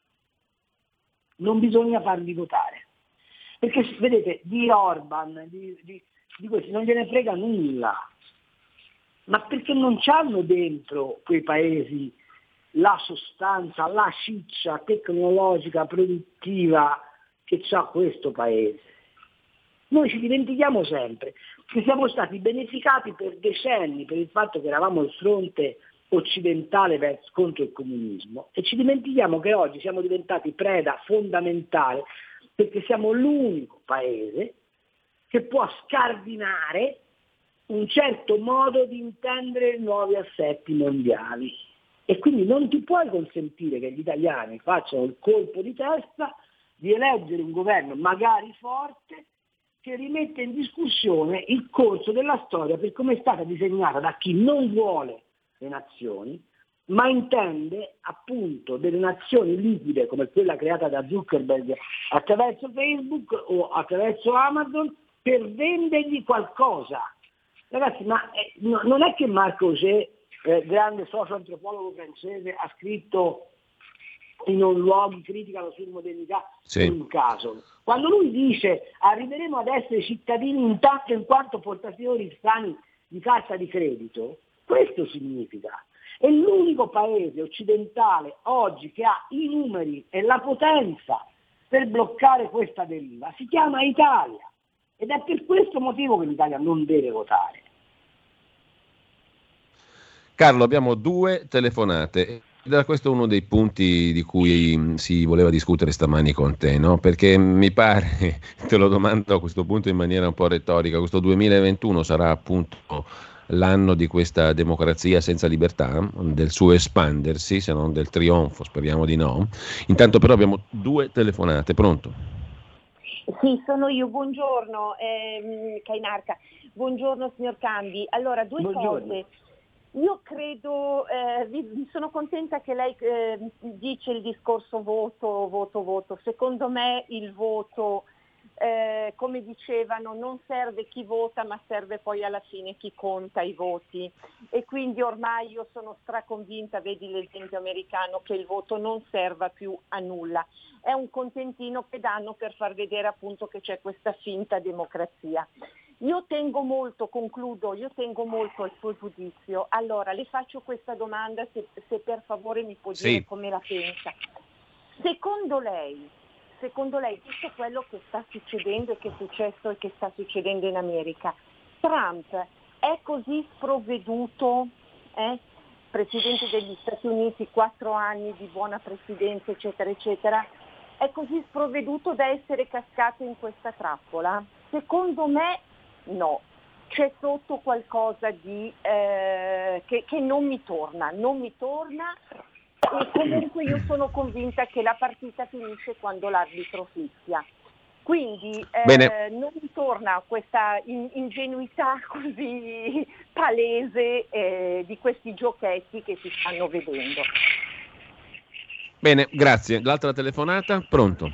non bisogna farli votare. Perché vedete, di Orban, di, di, di questi non gliene frega nulla, ma perché non c'hanno dentro quei paesi la sostanza, la ciccia tecnologica, produttiva che c'ha questo paese. Noi ci dimentichiamo sempre che siamo stati beneficati per decenni per il fatto che eravamo il fronte occidentale verso, contro il comunismo, e ci dimentichiamo che oggi siamo diventati preda fondamentale perché siamo l'unico paese che può scardinare un certo modo di intendere i nuovi assetti mondiali. E quindi non ti puoi consentire che gli italiani facciano il colpo di testa di eleggere un governo magari forte che rimette in discussione il corso della storia per come è stata disegnata da chi non vuole le nazioni, ma intende appunto delle nazioni liquide come quella creata da Zuckerberg attraverso Facebook o attraverso Amazon per vendergli qualcosa. Ragazzi, ma eh, no, non è che Marc Augé, eh, grande socio-antropologo francese, ha scritto i non luoghi critica la sua modernità sì. in un caso. Quando lui dice arriveremo ad essere cittadini intanto in quanto portatori sani di carta di credito, questo significa. È l'unico paese occidentale oggi che ha i numeri e la potenza per bloccare questa deriva. Si chiama Italia ed è per questo motivo che l'Italia non deve votare. Carlo, abbiamo due telefonate. Questo è uno dei punti di cui si voleva discutere stamani con te, no? Perché mi pare, te lo domando a questo punto in maniera un po' retorica, questo duemilaventuno sarà appunto l'anno di questa democrazia senza libertà, del suo espandersi, se non del trionfo, speriamo di no. Intanto però abbiamo due telefonate, pronto? Sì, sono io, buongiorno ehm, Cainarca, buongiorno signor Cambi. Allora, due buongiorno. cose. Io credo, eh, vi, vi sono contenta che lei eh, dice il discorso voto, voto, voto. Secondo me il voto, eh, come dicevano, non serve chi vota, ma serve poi alla fine chi conta i voti. E quindi ormai io sono straconvinta, vedi l'esempio americano, che il voto non serva più a nulla. È un contentino che danno per far vedere appunto che c'è questa finta democrazia. Io tengo molto, concludo, io tengo molto al suo giudizio. Allora, le faccio questa domanda, se, se per favore mi può dire sì. come la pensa. Secondo lei, secondo lei, visto quello che sta succedendo e che è successo e che sta succedendo in America, Trump è così sprovveduto, eh? Presidente degli Stati Uniti, quattro anni di buona presidenza, eccetera, eccetera, è così sprovveduto da essere cascato in questa trappola? Secondo me no, c'è sotto qualcosa di eh, che, che non mi torna, non mi torna e comunque io sono convinta che la partita finisce quando l'arbitro fischia. Quindi eh, non mi torna questa in, ingenuità così palese eh, di questi giochetti che si stanno vedendo. Bene, grazie. L'altra telefonata, pronto?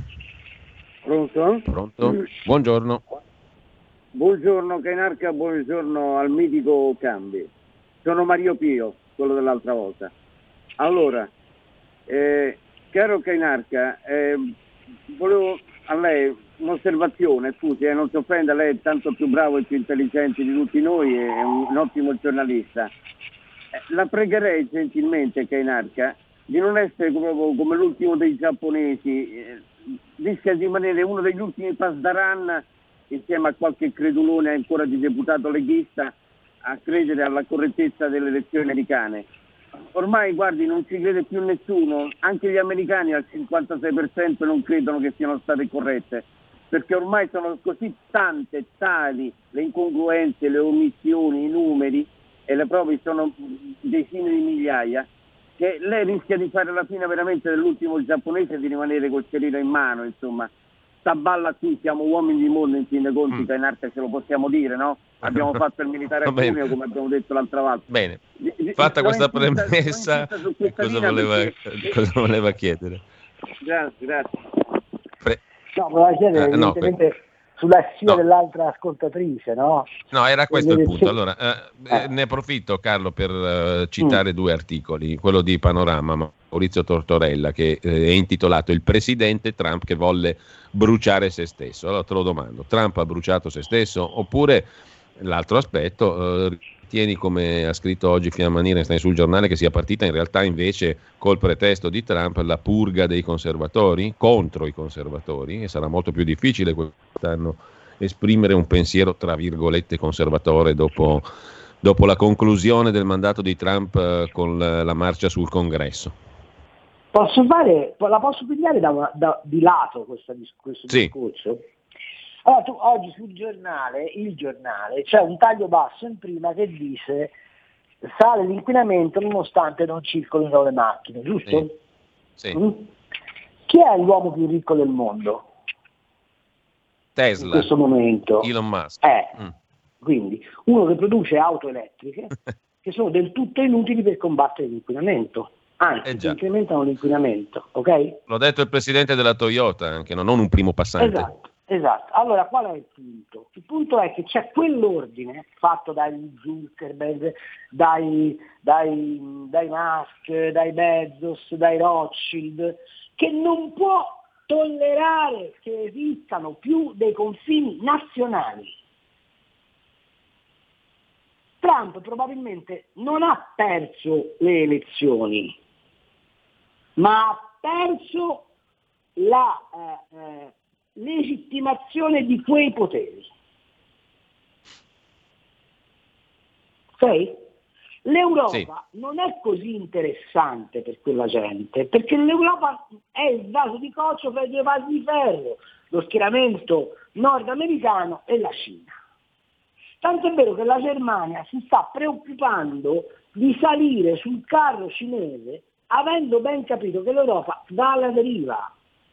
Pronto? Pronto? Buongiorno. Buongiorno Cainarca, buongiorno al mitico Cambi. Sono Mario Pio, quello dell'altra volta. Allora, eh, caro Cainarca, eh, volevo a lei un'osservazione, scusi, eh, non si offenda, lei è tanto più bravo e più intelligente di tutti noi, è un, un ottimo giornalista. Eh, la pregherei gentilmente, Cainarca, di non essere come, come l'ultimo dei giapponesi, eh, rischia di rimanere uno degli ultimi pasdaran insieme a qualche credulone ancora di deputato leghista a credere alla correttezza delle elezioni americane. Ormai, guardi, non ci crede più nessuno, anche gli americani al cinquantasei per cento non credono che siano state corrette. perché ormai sono così tante, tali le incongruenze, le omissioni, i numeri, e le prove sono decine di migliaia, che lei rischia di fare la fine veramente dell'ultimo giapponese e di rimanere col cerino in mano, insomma. Sta balla qui, siamo uomini di mondo, in fin dei conti, mm. Cainarca ce lo possiamo dire, no? Abbiamo fatto il militare a Cuneo, come abbiamo detto l'altra volta. Bene, fatta questa premessa, cosa voleva, perché... cosa voleva chiedere? Grazie, grazie. Pre... No, voleva chiedere uh, evidentemente no, que... sulla scia no. dell'altra ascoltatrice, no? No, era questo il punto. Allora, eh, eh. ne approfitto, Carlo, per uh, citare mm. due articoli, quello di Panorama, Maurizio Tortorella, che eh, è intitolato "Il presidente Trump che volle bruciare se stesso". Allora te lo domando, Trump ha bruciato se stesso? Oppure l'altro aspetto, eh, ritieni, come ha scritto oggi Fiamma Nirenstein sul giornale, che sia partita in realtà invece col pretesto di Trump la purga dei conservatori contro i conservatori, e sarà molto più difficile quest'anno esprimere un pensiero tra virgolette conservatore dopo, dopo la conclusione del mandato di Trump eh, con la, la marcia sul Congresso? Posso fare, la posso pigliare da, da, di lato questa, questo sì. discorso? Allora, tu oggi sul giornale, il giornale, c'è un taglio basso in prima che dice sale l'inquinamento nonostante non circolino le macchine, giusto? Sì. Sì. Mm? Chi è l'uomo più ricco del mondo? Tesla. In questo momento. Elon Musk. Eh, mm. Quindi uno che produce auto elettriche che sono del tutto inutili per combattere l'inquinamento. Anzi, eh incrementano l'inquinamento, ok? L'ho detto il presidente della Toyota, anche no? Non un primo passante. Esatto, esatto. Allora, qual è il punto? Il punto è che c'è quell'ordine fatto dai Zuckerberg, dai, dai, dai Musk, dai Bezos, dai Rothschild, che non può tollerare che esistano più dei confini nazionali. Trump probabilmente non ha perso le elezioni, ma ha perso la eh, eh, legittimazione di quei poteri. Ok? L'Europa sì. non è così interessante per quella gente, perché l'Europa è il vaso di coccio fra i due vasi di ferro, lo schieramento nordamericano e la Cina. Tanto è vero che la Germania si sta preoccupando di salire sul carro cinese, avendo ben capito che l'Europa va alla deriva.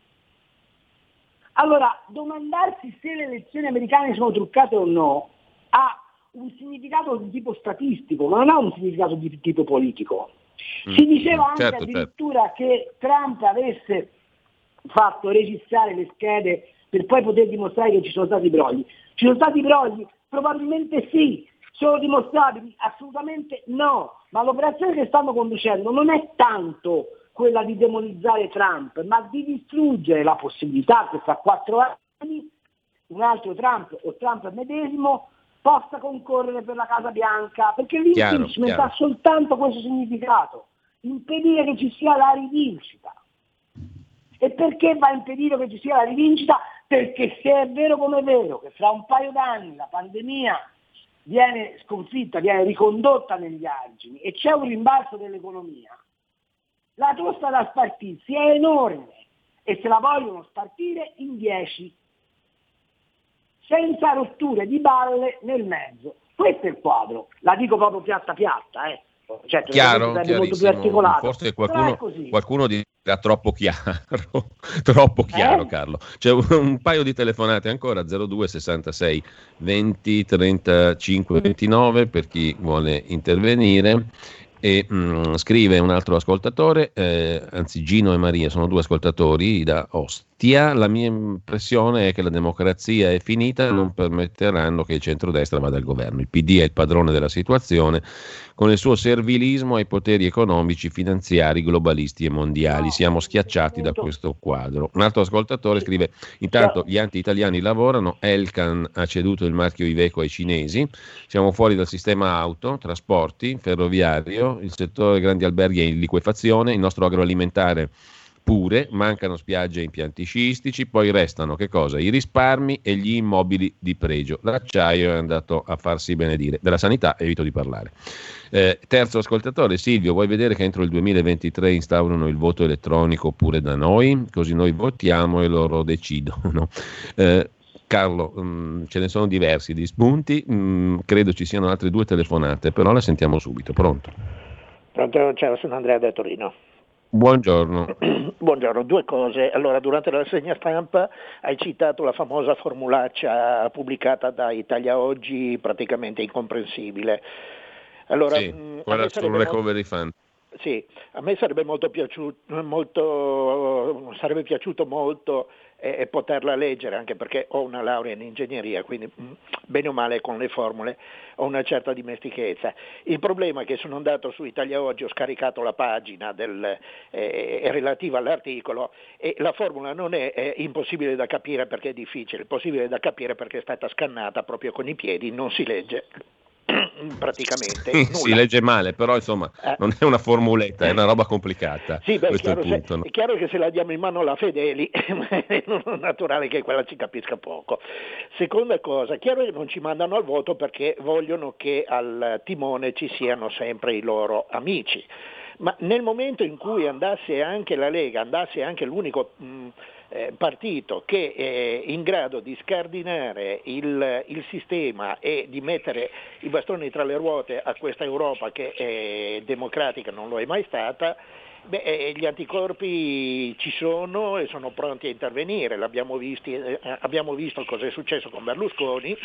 Allora, domandarsi se le elezioni americane sono truccate o no ha un significato di tipo statistico, ma non ha un significato di tipo politico. Mm, si diceva anche certo, addirittura certo. che Trump avesse fatto registrare le schede per poi poter dimostrare che ci sono stati brogli. Ci sono stati brogli? Probabilmente sì. Sono dimostrabili? Assolutamente no. Ma l'operazione che stanno conducendo non è tanto quella di demonizzare Trump, ma di distruggere la possibilità che fra quattro anni un altro Trump o Trump medesimo possa concorrere per la Casa Bianca, perché l'impeachment ha soltanto questo significato, impedire che ci sia la rivincita. E perché va a impedire che ci sia la rivincita? Perché se è vero come è vero che fra un paio d'anni la pandemia viene sconfitta, viene ricondotta negli argini e c'è un rimbalzo dell'economia, la tosta da spartirsi è enorme e se la vogliono spartire in dieci, senza rotture di balle nel mezzo. Questo è il quadro, la dico proprio piatta piatta, eh. Certo, chiaro, molto più articolato. Forse qualcuno, qualcuno dirà troppo chiaro, troppo chiaro eh? Carlo. C'è un, un paio di telefonate ancora, zero due sessantasei venti trentacinque ventinove per chi vuole intervenire. E mh, scrive un altro ascoltatore, eh, anzi Gino e Maria sono due ascoltatori da Ostia. La mia impressione è che la democrazia è finita e non permetteranno che il centrodestra vada al governo. Il P D è il padrone della situazione con il suo servilismo ai poteri economici, finanziari, globalisti e mondiali. Siamo schiacciati da questo quadro. Un altro ascoltatore scrive: intanto gli anti-italiani lavorano, Elkan ha ceduto il marchio Iveco ai cinesi, siamo fuori dal sistema auto, trasporti, ferroviario, il settore grandi alberghi è in liquefazione, il nostro agroalimentare pure, mancano spiagge e impianti sciistici, poi restano che cosa? I risparmi e gli immobili di pregio. L'acciaio è andato a farsi benedire. Della sanità evito di parlare. Eh, terzo ascoltatore, Silvio, vuoi vedere che entro il duemilaventitré instaurano il voto elettronico pure da noi? Così noi votiamo e loro decidono. Eh, Carlo, mh, ce ne sono diversi di spunti, mh, credo ci siano altre due telefonate, però la sentiamo subito. Pronto? Pronto, ciao, sono Andrea da Torino. Buongiorno. Buongiorno, due cose. Allora, durante la rassegna stampa hai citato la famosa formulaccia pubblicata da Italia Oggi, praticamente incomprensibile. Allora, sì, quella sul recovery fund. Sì, a me sarebbe molto piaciuto, molto, sarebbe piaciuto molto eh, poterla leggere, anche perché ho una laurea in ingegneria, quindi bene o male con le formule ho una certa dimestichezza. Il problema è che sono andato su Italia Oggi, ho scaricato la pagina del, eh, relativa all'articolo e la formula non è, è impossibile da capire perché è difficile, è possibile da capire perché è stata scannata proprio con i piedi, non si legge. Praticamente nulla. Si legge male, però insomma eh. non è una formuletta, è una roba complicata. Sì, beh, questo è, chiaro, è il punto, se, no? È chiaro che se la diamo in mano alla Fedeli è naturale che quella ci capisca poco. Seconda cosa, è chiaro che non ci mandano al voto perché vogliono che al timone ci siano sempre i loro amici, ma nel momento in cui andasse anche la Lega, andasse anche l'unico mh, eh, partito che è in grado di scardinare il, il sistema e di mettere i bastoni tra le ruote a questa Europa che è democratica, non lo è mai stata, beh, gli anticorpi ci sono e sono pronti a intervenire. L'abbiamo visti, eh, abbiamo visto cosa è successo con Berlusconi.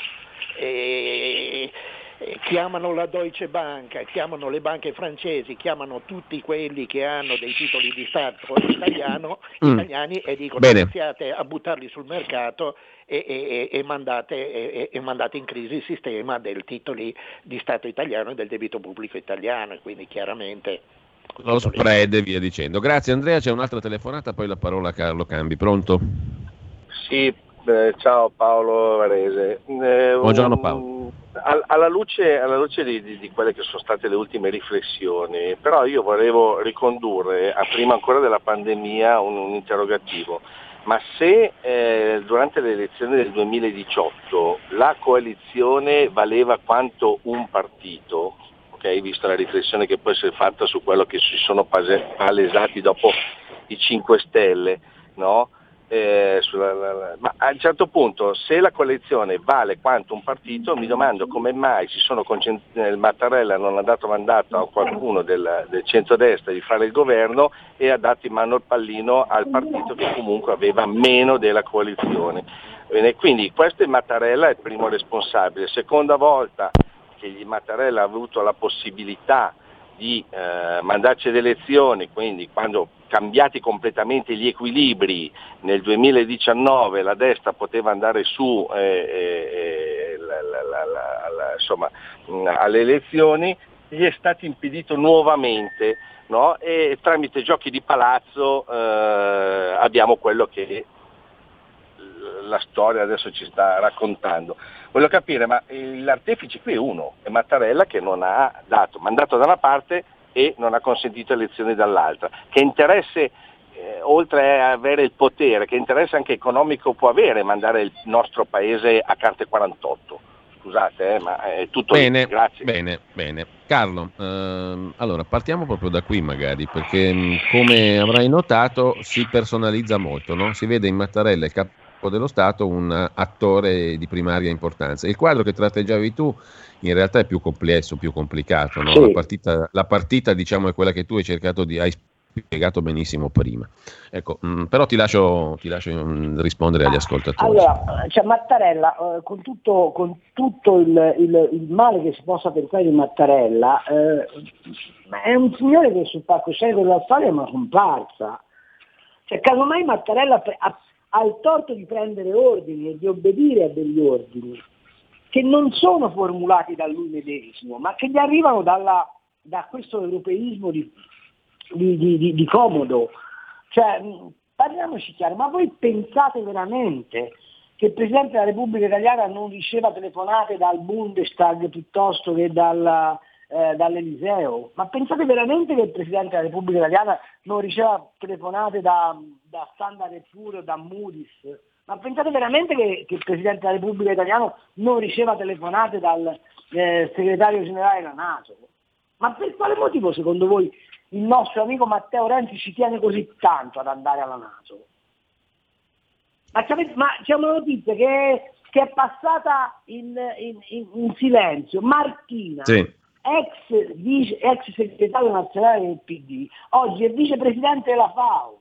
E, chiamano la Deutsche Bank, chiamano le banche francesi, chiamano tutti quelli che hanno dei titoli di Stato italiano, mm. italiani e dicono Bene. iniziate a buttarli sul mercato e, e, e, mandate, e, e mandate in crisi il sistema del titoli di Stato italiano e del debito pubblico italiano, e quindi chiaramente lo spread e via dicendo. Grazie Andrea, c'è un'altra telefonata, poi la parola a Carlo Cambi. Pronto? Sì, eh, ciao Paolo Varese. Eh, Buongiorno Paolo. Alla luce, alla luce di, di, di quelle che sono state le ultime riflessioni, però io volevo ricondurre a prima ancora della pandemia un, un interrogativo. Ma se eh, durante le elezioni del duemiladiciotto la coalizione valeva quanto un partito, okay, vista la riflessione che poi si è fatta su quello che si sono palesati dopo i cinque Stelle, no? Eh, sulla, la, la, ma a un certo punto, se la coalizione vale quanto un partito, mi domando come mai si sono concentrati, il Mattarella non ha dato mandato a qualcuno del, del centrodestra di fare il governo e ha dato in mano il pallino al partito che comunque aveva meno della coalizione. Bene, quindi questo è Mattarella, è il primo responsabile. Seconda volta che il Mattarella ha avuto la possibilità di eh, mandarci ad elezioni, quindi quando cambiati completamente gli equilibri nel duemiladiciannove la destra poteva andare su eh, eh, la, la, la, la, la, insomma, mh, alle elezioni, gli è stato impedito nuovamente, no? E tramite giochi di palazzo eh, abbiamo quello che la storia adesso ci sta raccontando. Voglio capire, ma l'artefice qui è uno, è Mattarella, che non ha dato mandato da una parte e non ha consentito elezioni dall'altra. Che interesse, eh, oltre a avere il potere, che interesse anche economico può avere mandare il nostro paese a carte quarantotto? Scusate, eh, ma è tutto bene, lì. Grazie. Bene, bene. Carlo, ehm, allora partiamo proprio da qui magari, perché mh, come avrai notato si personalizza molto, no? Si vede in Mattarella il capo dello Stato un attore di primaria importanza. Il quadro che tratteggiavi tu in realtà è più complesso, più complicato, no? Sì. La partita, la partita diciamo è quella che tu hai cercato di hai spiegato benissimo prima. Ecco, mh, però ti lascio, ti lascio mh, rispondere agli ascoltatori. Allora, cioè Mattarella, eh, con tutto, con tutto il, il, il male che si possa pensare di Mattarella, eh, è un signore che sul palcoscenico della storia è una comparsa. Cioè, casomai Mattarella ha ha il torto di prendere ordini e di obbedire a degli ordini che non sono formulati da lui medesimo, ma che gli arrivano dalla, da questo europeismo di, di, di, di comodo. Cioè, parliamoci chiaro, ma voi pensate veramente che il Presidente della Repubblica Italiana non riceva telefonate dal Bundestag piuttosto che dalla, eh, dall'Eliseo. Ma pensate veramente che il Presidente della Repubblica Italiana non riceva telefonate da, da Standard and Poor's o da Moody's? Ma pensate veramente che, che il Presidente della Repubblica Italiana non riceva telefonate dal eh, segretario generale della NATO? Ma per quale motivo secondo voi il nostro amico Matteo Renzi ci tiene così tanto ad andare alla NATO? Ma, ma c'è una notizia che, che è passata in, in, in, in silenzio. Martina, sì. ex, vice, ex segretario nazionale del P D, oggi è vicepresidente della FAO.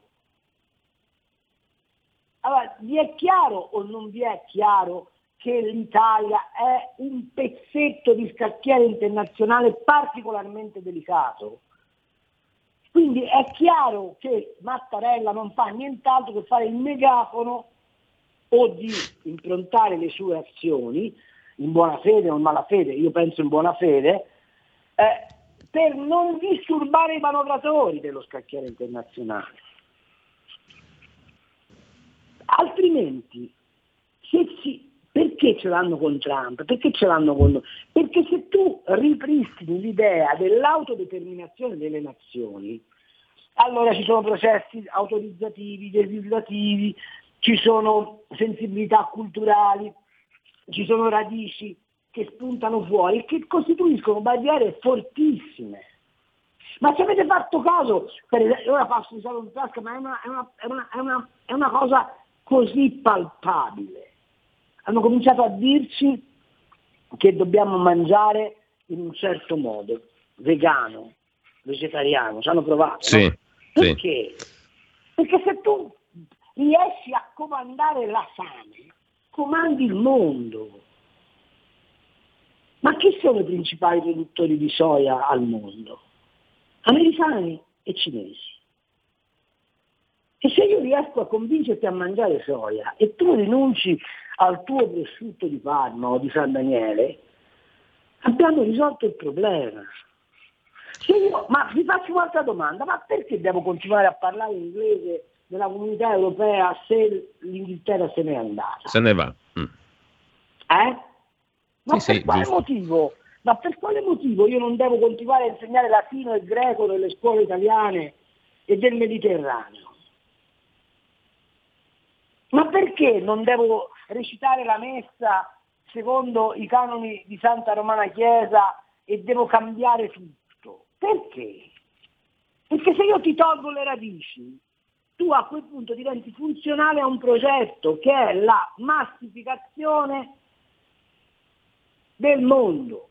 Allora, vi è chiaro o non vi è chiaro che l'Italia è un pezzetto di scacchiere internazionale particolarmente delicato? Quindi è chiaro che Mattarella non fa nient'altro che fare il megafono o di improntare le sue azioni, in buona fede o in malafede, io penso in buona fede, eh, per non disturbare i manovratori dello scacchiere internazionale. Altrimenti, se si, perché ce l'hanno con Trump? Perché ce l'hanno con... Perché se tu ripristini l'idea dell'autodeterminazione delle nazioni, allora ci sono processi autorizzativi, legislativi, ci sono sensibilità culturali, ci sono radici che spuntano fuori e che costituiscono barriere fortissime. Ma ci avete fatto caso, per esempio, ora passo di solo in tasca, ma è una, è, una, è, una, è, una, è una cosa così palpabile. Hanno cominciato a dirci che dobbiamo mangiare in un certo modo, vegano, vegetariano, ci hanno provato. Sì, no? Perché? Sì. Perché se tu riesci a comandare la fame, comandi il mondo. Ma chi sono i principali produttori di soia al mondo? Americani e cinesi. E se io riesco a convincerti a mangiare soia e tu rinunci al tuo prosciutto di Parma o di San Daniele, abbiamo risolto il problema. Se io, ma vi faccio un'altra domanda, ma perché devo continuare a parlare inglese della comunità europea se l'Inghilterra se n'è andata? Se ne va. Mm. Eh? Ma sì, per sì, quale giusto. motivo? Ma per quale motivo io non devo continuare a insegnare latino e greco nelle scuole italiane e del Mediterraneo? Ma perché non devo recitare la messa secondo i canoni di Santa Romana Chiesa e devo cambiare tutto? Perché? Perché se io ti tolgo le radici, tu a quel punto diventi funzionale a un progetto che è la massificazione del mondo.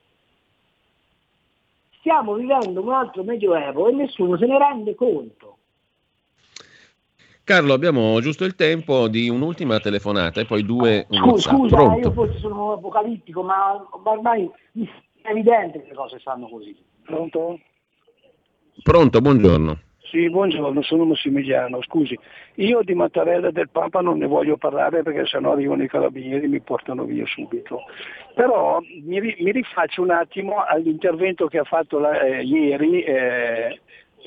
Stiamo vivendo un altro medioevo e nessuno se ne rende conto. Carlo, abbiamo giusto il tempo di un'ultima telefonata e poi due Scusa, WhatsApp. scusa Pronto? io forse sono apocalittico, ma ormai è evidente che le cose stanno così. Pronto? Pronto, buongiorno. Sì, buongiorno, sono Massimiliano. Scusi, io di Mattarella del Papa non ne voglio parlare perché sennò arrivano i carabinieri e mi portano via subito. Però mi, mi rifaccio un attimo all'intervento che ha fatto la, eh, ieri, eh,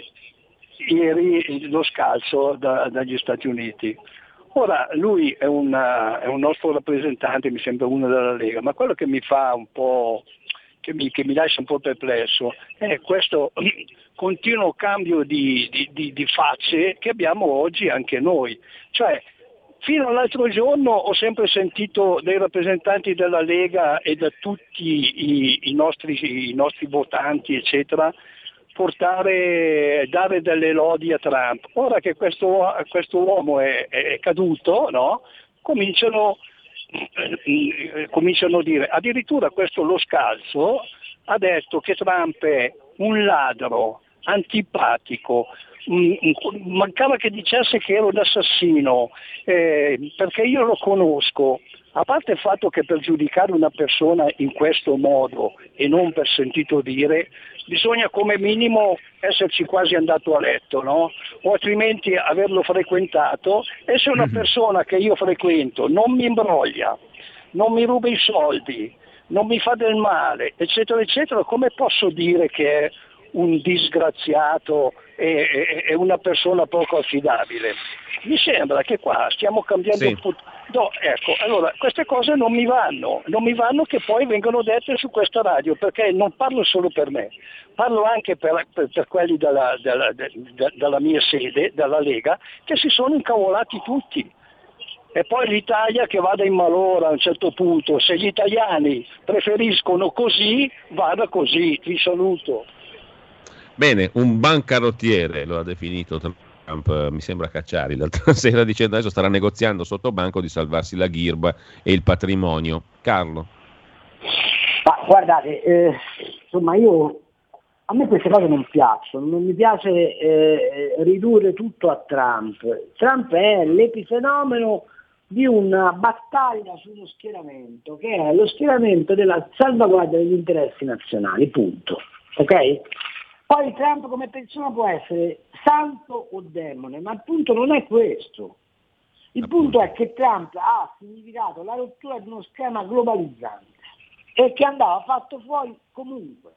ieri lo Scalzo da, dagli Stati Uniti. Ora, lui è, una, è un nostro rappresentante, mi sembra uno della Lega, ma quello che mi fa un po'... Che mi, che mi lascia un po' perplesso è questo continuo cambio di, di, di, di facce che abbiamo oggi anche noi. Cioè, fino all'altro giorno ho sempre sentito dei rappresentanti della Lega e da tutti i, i, nostri, i nostri votanti, eccetera, portare, dare delle lodi a Trump. Ora che questo, questo uomo è, è caduto, no? cominciano... cominciano a dire, addirittura questo Lo Scalzo ha detto che Trump è un ladro, antipatico, mancava che dicesse che era un assassino, eh, perché io lo conosco. A parte il fatto che per giudicare una persona in questo modo e non per sentito dire, bisogna come minimo esserci quasi andato a letto, no? O altrimenti averlo frequentato, e se una persona che io frequento non mi imbroglia, non mi ruba i soldi, non mi fa del male, eccetera, eccetera, come posso dire che è un disgraziato e, e una persona poco affidabile? Mi sembra che qua stiamo cambiando, Sì. un po', No, ecco, allora queste cose non mi vanno, non mi vanno che poi vengono dette su questa radio, perché non parlo solo per me, parlo anche per, per, per quelli della, della, della, della mia sede, dalla Lega, che si sono incavolati tutti. E poi l'Italia che vada in malora a un certo punto, se gli italiani preferiscono così, vada così, vi saluto. Bene, un bancarottiere lo ha definito Trump, mi sembra Cacciari l'altra sera, dicendo adesso starà negoziando sotto banco di salvarsi la ghirba e il patrimonio. Carlo? Ma guardate, eh, insomma io, a me queste cose non piacciono, non mi piace eh, ridurre tutto a Trump. Trump è l'epifenomeno di una battaglia sullo schieramento, che è lo schieramento della salvaguardia degli interessi nazionali, punto. Ok? Poi Trump come persona può essere santo o demone, ma il punto non è questo. Il punto è che Trump ha significato la rottura di uno schema globalizzante e che andava fatto fuori comunque.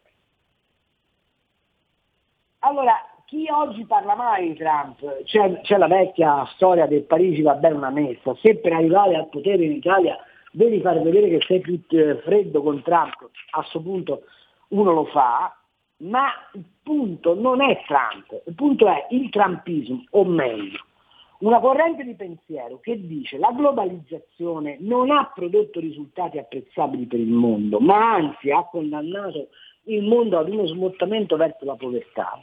Allora, chi oggi parla mai di Trump? C'è, c'è la vecchia storia del Parigi va bene una messa, se per arrivare al potere in Italia devi far vedere che sei più freddo con Trump, a questo punto uno lo fa, ma il punto non è Trump, il punto è il trumpismo, o meglio, una corrente di pensiero che dice la globalizzazione non ha prodotto risultati apprezzabili per il mondo, ma anzi ha condannato il mondo ad uno smottamento verso la povertà.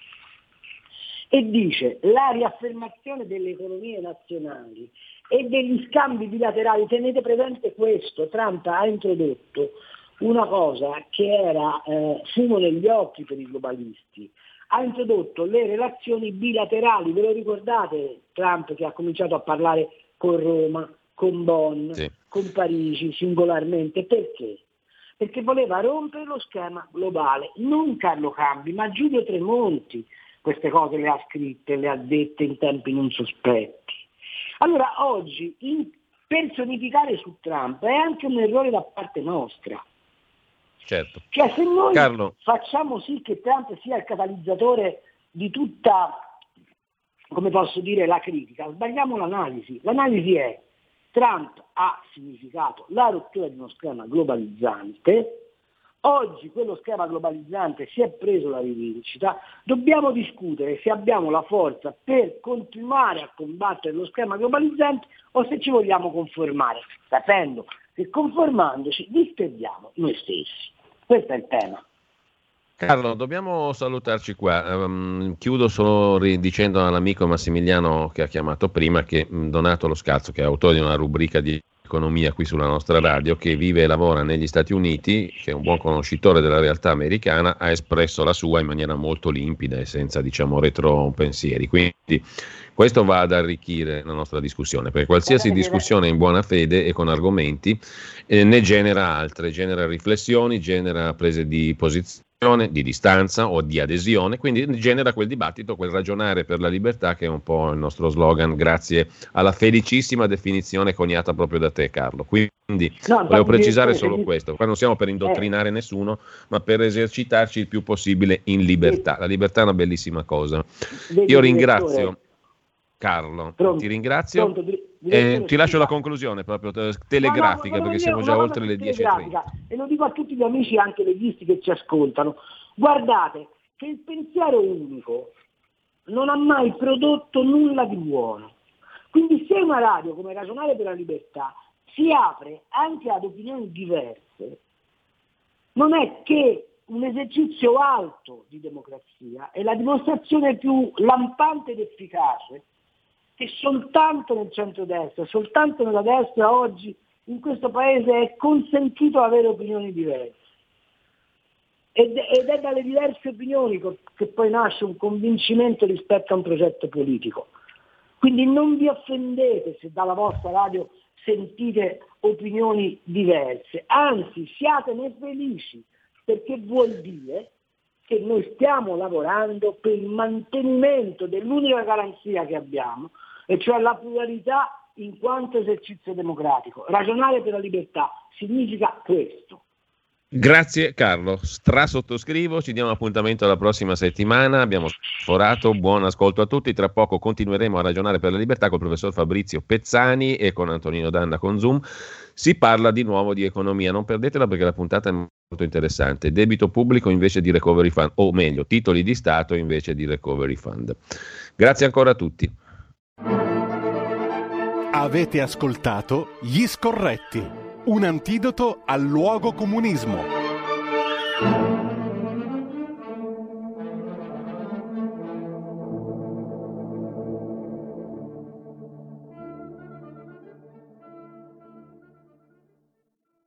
E dice la riaffermazione delle economie nazionali e degli scambi bilaterali, tenete presente questo, Trump ha introdotto una cosa che era eh, fumo negli occhi per i globalisti, ha introdotto le relazioni bilaterali, ve lo ricordate Trump che ha cominciato a parlare con Roma, con Bonn, sì. con Parigi singolarmente, perché? Perché voleva rompere lo schema globale, non Carlo Cambi ma Giulio Tremonti queste cose le ha scritte, le ha dette in tempi non sospetti. Allora oggi in personificare su Trump è anche un errore da parte nostra. Certo. Cioè se noi Carlo. facciamo sì che Trump sia il catalizzatore di tutta, come posso dire, la critica, sbagliamo l'analisi. L'analisi è Trump ha significato la rottura di uno schema globalizzante, oggi quello schema globalizzante si è preso la rivincita, dobbiamo discutere se abbiamo la forza per continuare a combattere lo schema globalizzante o se ci vogliamo conformare, sapendo che conformandoci disperdiamo noi stessi. Questo è il tema. Carlo, dobbiamo salutarci qua. Um, chiudo solo dicendo all'amico Massimiliano che ha chiamato prima che Donato Lo Scalzo, che è autore di una rubrica di economia qui sulla nostra radio, che vive e lavora negli Stati Uniti, che è un buon conoscitore della realtà americana, ha espresso la sua in maniera molto limpida e senza, diciamo, retropensieri. Quindi questo va ad arricchire la nostra discussione, perché qualsiasi discussione in buona fede e con argomenti eh, ne genera altre, genera riflessioni, genera prese di posizione, di distanza o di adesione, quindi genera quel dibattito, quel ragionare per la libertà che è un po' il nostro slogan, grazie alla felicissima definizione coniata proprio da te, Carlo. Quindi no, volevo precisare solo questo, qua non siamo per indottrinare eh. nessuno, ma per esercitarci il più possibile in libertà. La libertà è una bellissima cosa. Io ringrazio Carlo, pronto, ti ringrazio pronto, e ti lascio la conclusione proprio telegrafica, no, no, perché siamo già oltre le dieci e trenta. E lo dico a tutti gli amici anche leghisti che ci ascoltano, guardate che il pensiero unico non ha mai prodotto nulla di buono, quindi se una radio come Ragionare per la Libertà si apre anche ad opinioni diverse, non è che un esercizio alto di democrazia, è la dimostrazione più lampante ed efficace che soltanto nel centrodestra, soltanto nella destra oggi in questo paese è consentito avere opinioni diverse. Ed, ed è dalle diverse opinioni che poi nasce un convincimento rispetto a un progetto politico. Quindi non vi offendete se dalla vostra radio sentite opinioni diverse, anzi siatene felici, perché vuol dire che noi stiamo lavorando per il mantenimento dell'unica garanzia che abbiamo, e cioè la pluralità in quanto esercizio democratico. Ragionare per la libertà significa questo. Grazie Carlo, strasottoscrivo, ci diamo appuntamento alla prossima settimana, abbiamo sforato, buon ascolto a tutti, tra poco continueremo a ragionare per la libertà col professor Fabrizio Pezzani e con Antonino Danna con Zoom, si parla di nuovo di economia, non perdetela perché la puntata è molto interessante, debito pubblico invece di recovery fund, o meglio, titoli di Stato invece di recovery fund. Grazie ancora a tutti. Avete ascoltato Gli Scorretti, un antidoto al luogo comunismo.